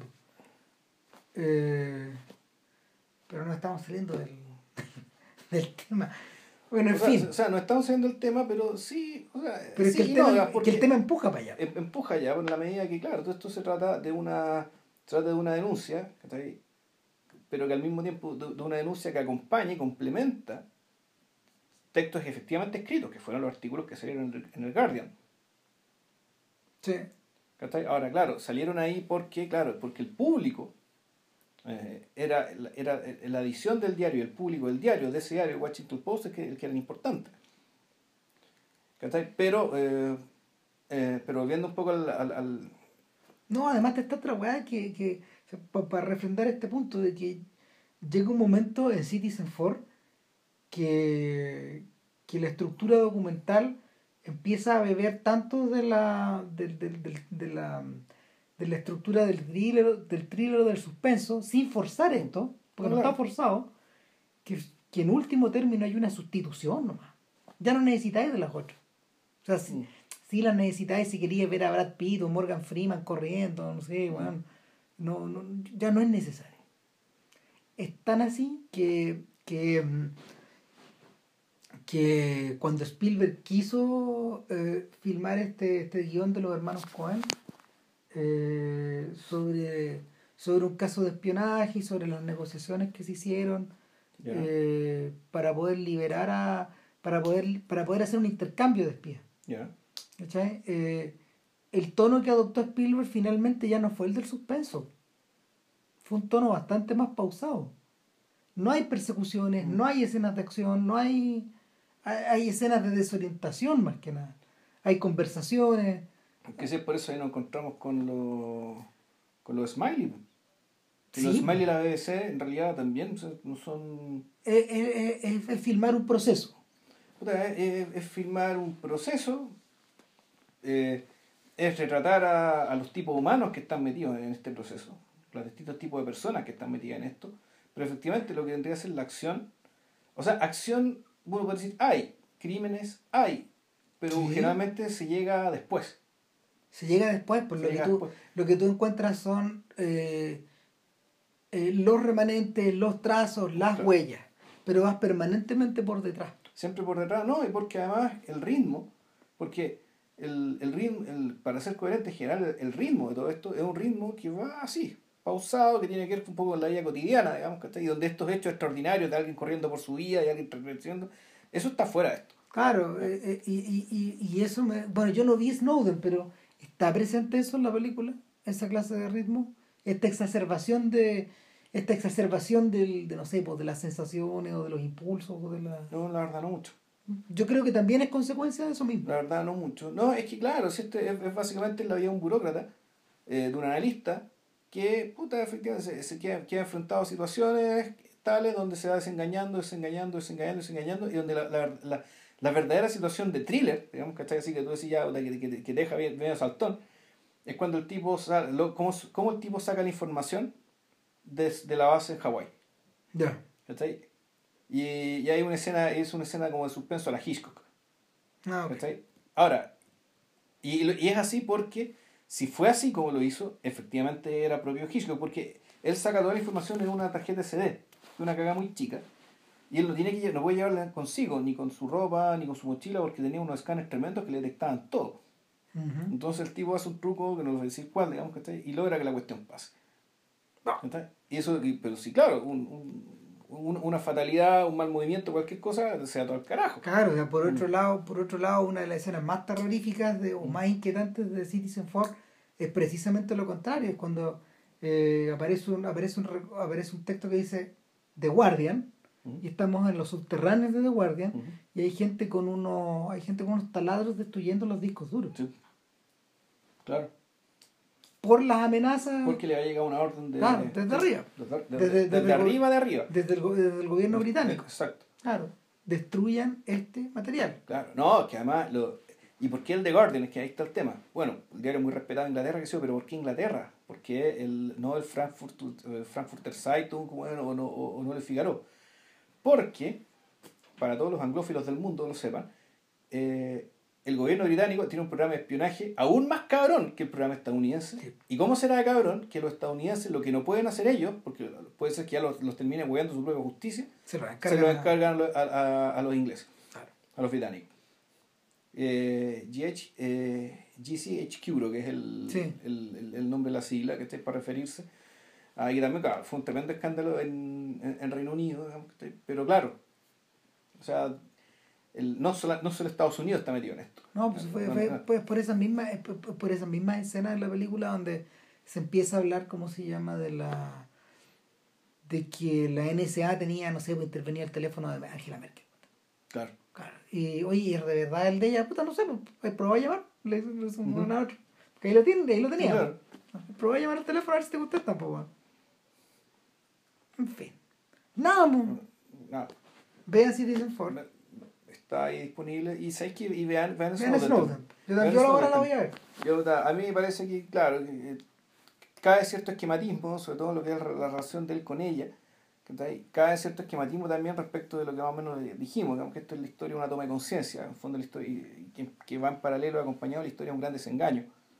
S2: Eh, pero no estamos saliendo del, del tema. Bueno, en
S1: o sea,
S2: fin.
S1: O sea, no estamos saliendo del tema, pero sí, o sea,
S2: Pero
S1: sí,
S2: es que el,
S1: no,
S2: tema,
S1: porque
S2: que el tema empuja para allá.
S1: em- empuja ya, en la medida que, claro, todo esto se trata de una, se trata de una denuncia, ¿cachai? Pero que al mismo tiempo de, de una denuncia que acompaña y complementa textos efectivamente escritos, que fueron los artículos que salieron en el, en el Guardian.
S2: Sí.
S1: ¿Cachai? Ahora, claro, salieron ahí porque, claro, porque el público eh, era, era la edición del diario, el público del diario, de ese diario, el Washington Post, es que, el que era importante. ¿Cachai? Pero, eh, eh, pero volviendo un poco al, al, al...
S2: No, además te está otra weá que, que para pa refrendar este punto de que llega un momento en Citizen Four que, que la estructura documental empieza a beber tanto de la de, de, de, de la de la estructura del thriller, del thriller o del suspenso, sin forzar esto, porque no, no está forzado, que, que en último término hay una sustitución nomás. Ya no necesitáis de las otras. O sea, si, mm. si las necesitáis, si querías ver a Brad Pitt o Morgan Freeman corriendo, no sé, bueno, no, no, ya no es necesario. Es tan así que, que, que cuando Spielberg quiso eh, filmar este, este guión de los hermanos Coen, eh, sobre, sobre un caso de espionaje y sobre las negociaciones que se hicieron yeah. eh, para poder liberar a para poder para poder hacer un intercambio de espías.
S1: Yeah.
S2: ¿Cachai? Eh, el tono que adoptó Spielberg finalmente ya no fue el del suspenso, fue un tono bastante más pausado. No hay persecuciones, mm. no hay escenas de acción, no hay, hay hay escenas de desorientación más que nada, hay conversaciones.
S1: Que sí, por eso ahí nos encontramos con los con los Smiley. Sí, los Smiley y la B B C en realidad también no son...
S2: Es, es, es, es filmar un proceso.
S1: Es, es, es filmar un proceso, eh, es retratar a, a los tipos humanos que están metidos en este proceso, los distintos tipos de personas que están metidas en esto, pero efectivamente lo que tendría que ser la acción, o sea, acción, uno puede decir, hay, crímenes hay, pero sí. generalmente se llega después.
S2: Se llega después, por lo que, tú, lo que tú encuentras son eh, eh, los remanentes, los trazos, las claro. huellas, pero vas permanentemente por detrás.
S1: Siempre por detrás, no, y porque además el ritmo, porque el, el ritmo, el, para ser coherente en general, el, el ritmo de todo esto es un ritmo que va así, pausado, que tiene que ver un poco con la vida cotidiana, digamos, ¿cachai? Y donde estos hechos extraordinarios de alguien corriendo por su vida y alguien reflexionando, eso está fuera de esto.
S2: Claro, eh, eh, y, y, y, y eso me... Bueno, yo no vi Snowden, pero ¿está presente eso en la película? Esa clase de ritmo, esta exacerbación de... Esta exacerbación del, de, no sé, pues, de las sensaciones o de los impulsos o de la...
S1: No, la verdad no mucho.
S2: Yo creo que también es consecuencia de eso mismo.
S1: La verdad no mucho. No, es que claro, si este es, es básicamente la vida de un burócrata, eh, de un analista, que, puta, efectivamente, se, se queda, queda enfrentado a situaciones tales donde se va desengañando, desengañando, desengañando, desengañando, y donde la, la, la, la verdadera situación de thriller, digamos, ¿cachai? Así que tú decís ya, puta, que, que, que te deja bien, medio saltón, es cuando el tipo, sa- lo, cómo, cómo el tipo saca la información desde la base en Hawái.
S2: Ya.
S1: ¿Cachai? Y, y hay una escena, es una escena como de suspenso a la Hitchcock.
S2: Ah, ok.
S1: ¿Cachai? Ahora, y, lo- y es así porque, si fue así como lo hizo, efectivamente era propio Hitchcock, porque él saca toda la información en una tarjeta C D, una caga muy chica, y él no tiene que lle- no puede llevarla consigo, ni con su ropa, ni con su mochila, porque tenía unos escáneres tremendos que le detectaban todo.
S2: Ujú.
S1: Entonces el tipo hace un truco, que no les voy a decir cuál, digamos, ¿cachai? Y logra que la cuestión pase. ¿Cachai? Y eso, y- pero sí, claro, un, un- un- una fatalidad, un mal movimiento, cualquier cosa, se da todo al carajo.
S2: Claro, o sea, por
S1: Mm.
S2: otro lado, por otro lado, una de las escenas más terroríficas de, o
S1: Mm.
S2: más inquietantes de Citizen Four es precisamente lo contrario, es cuando eh, aparece un, aparece un re- aparece un texto que dice The Guardian,
S1: Mm.
S2: y estamos en los subterráneos de The Guardian,
S1: Ujú.
S2: y hay gente con unos, hay gente con unos taladros destruyendo los discos duros.
S1: Sí, claro.
S2: Por las amenazas,
S1: Porque le va a llegar una orden de...
S2: claro, desde
S1: sí,
S2: arriba.
S1: desde, desde-
S2: Desde,
S1: desde
S2: desde el go-
S1: arriba de arriba.
S2: desde el, go- desde el gobierno británico.
S1: Exacto.
S2: Claro, destruyan este material.
S1: Claro. No, que además... Lo, ¿y por qué el The Guardian? Es que ahí está el tema. Bueno, el diario muy respetado en Inglaterra, que sí, pero ¿por qué Inglaterra? ¿Por qué el, no el Frankfurt, el Frankfurter Zeitung como era, o, no, o, o no el Figaro? Porque, para todos los anglófilos del mundo lo sepan, eh, el gobierno británico tiene un programa de espionaje aún más cabrón que el programa estadounidense.
S2: Sí.
S1: ¿Y cómo será de cabrón que los estadounidenses, lo que no pueden hacer ellos, porque puede ser que ya los, los terminen hueando su propia justicia,
S2: Se lo
S1: se
S2: encargan.
S1: lo
S2: a-
S1: encargan a, lo- a- a- a los ingleses,
S2: Claro.
S1: a los británicos? Eh, G H, eh, G C H Q, creo que es el,
S2: Sí.
S1: el, el- el nombre de la sigla que está para referirse. Ahí también, claro, fue un tremendo escándalo en, en, en Reino Unido, digamos, ¿cachai? Pero claro, o sea, el, no, solo, no solo Estados Unidos está metido en esto.
S2: No, pues fue,
S1: Bueno,
S2: fue
S1: ah,
S2: pues por esas mismas eh, por por esas mismas escenas de la película donde se empieza a hablar, ¿cómo se llama? De la de que la N S A tenía, no sé, pues intervenía el teléfono de Angela Merkel.
S1: claro.
S2: Claro. Y oye, ¿es de verdad el de ella? Puta, no sé, pues probó a llamar, le hizo le hizo
S1: Ujú.
S2: una a otra. Porque ahí lo tiene, ahí lo
S1: Sí,
S2: tenía.
S1: claro.
S2: Pues. Probó a llamar al teléfono a ver si te contestan, pues. Bueno. En fin. Nada, pues.
S1: Nada,
S2: Vean Citizen Four.
S1: está ahí disponible y sabéis que y vean, vean
S2: Vean Snowden. Yo,
S1: Vean
S2: yo ahora
S1: Snowden
S2: la voy a ver.
S1: Yo, ta- a mí me parece que, claro, que, eh, cae cierto esquematismo, sobre todo lo que es la la relación de él con ella. ¿Cachai? Cae cierto esquematismo también respecto de lo que más o menos dijimos, digamos que esto es la historia de una toma de conciencia, en el fondo la historia, y- que, que va en paralelo acompañado de la historia de un gran desengaño,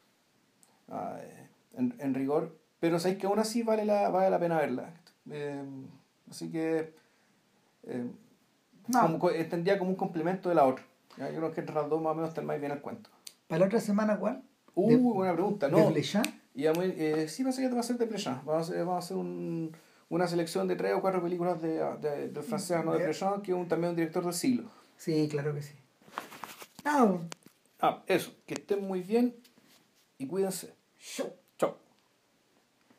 S1: ah, eh, en, en rigor, pero sabéis que aún así vale la, vale la pena verla. Eh, así que eh,
S2: No.
S1: como, co- entendía como un complemento de la otra. ¿Ya? Yo creo que entre las dos más o menos está más bien el cuento.
S2: ¿Para la otra semana cuál?
S1: Uh,
S2: De-
S1: buena pregunta,
S2: ¿De
S1: no.
S2: Blechamp?
S1: Y vamos a ir- eh, sí, parece que va a ser de Plechamp. Vamos a hacer, vamos a hacer un, una selección de tres o cuatro películas de, de, del francés no de
S2: Ya.
S1: Plechamp, que es un, también un director del siglo.
S2: Sí, claro que sí. No,
S1: Ah, eso. Que estén muy bien y cuídense.
S2: show.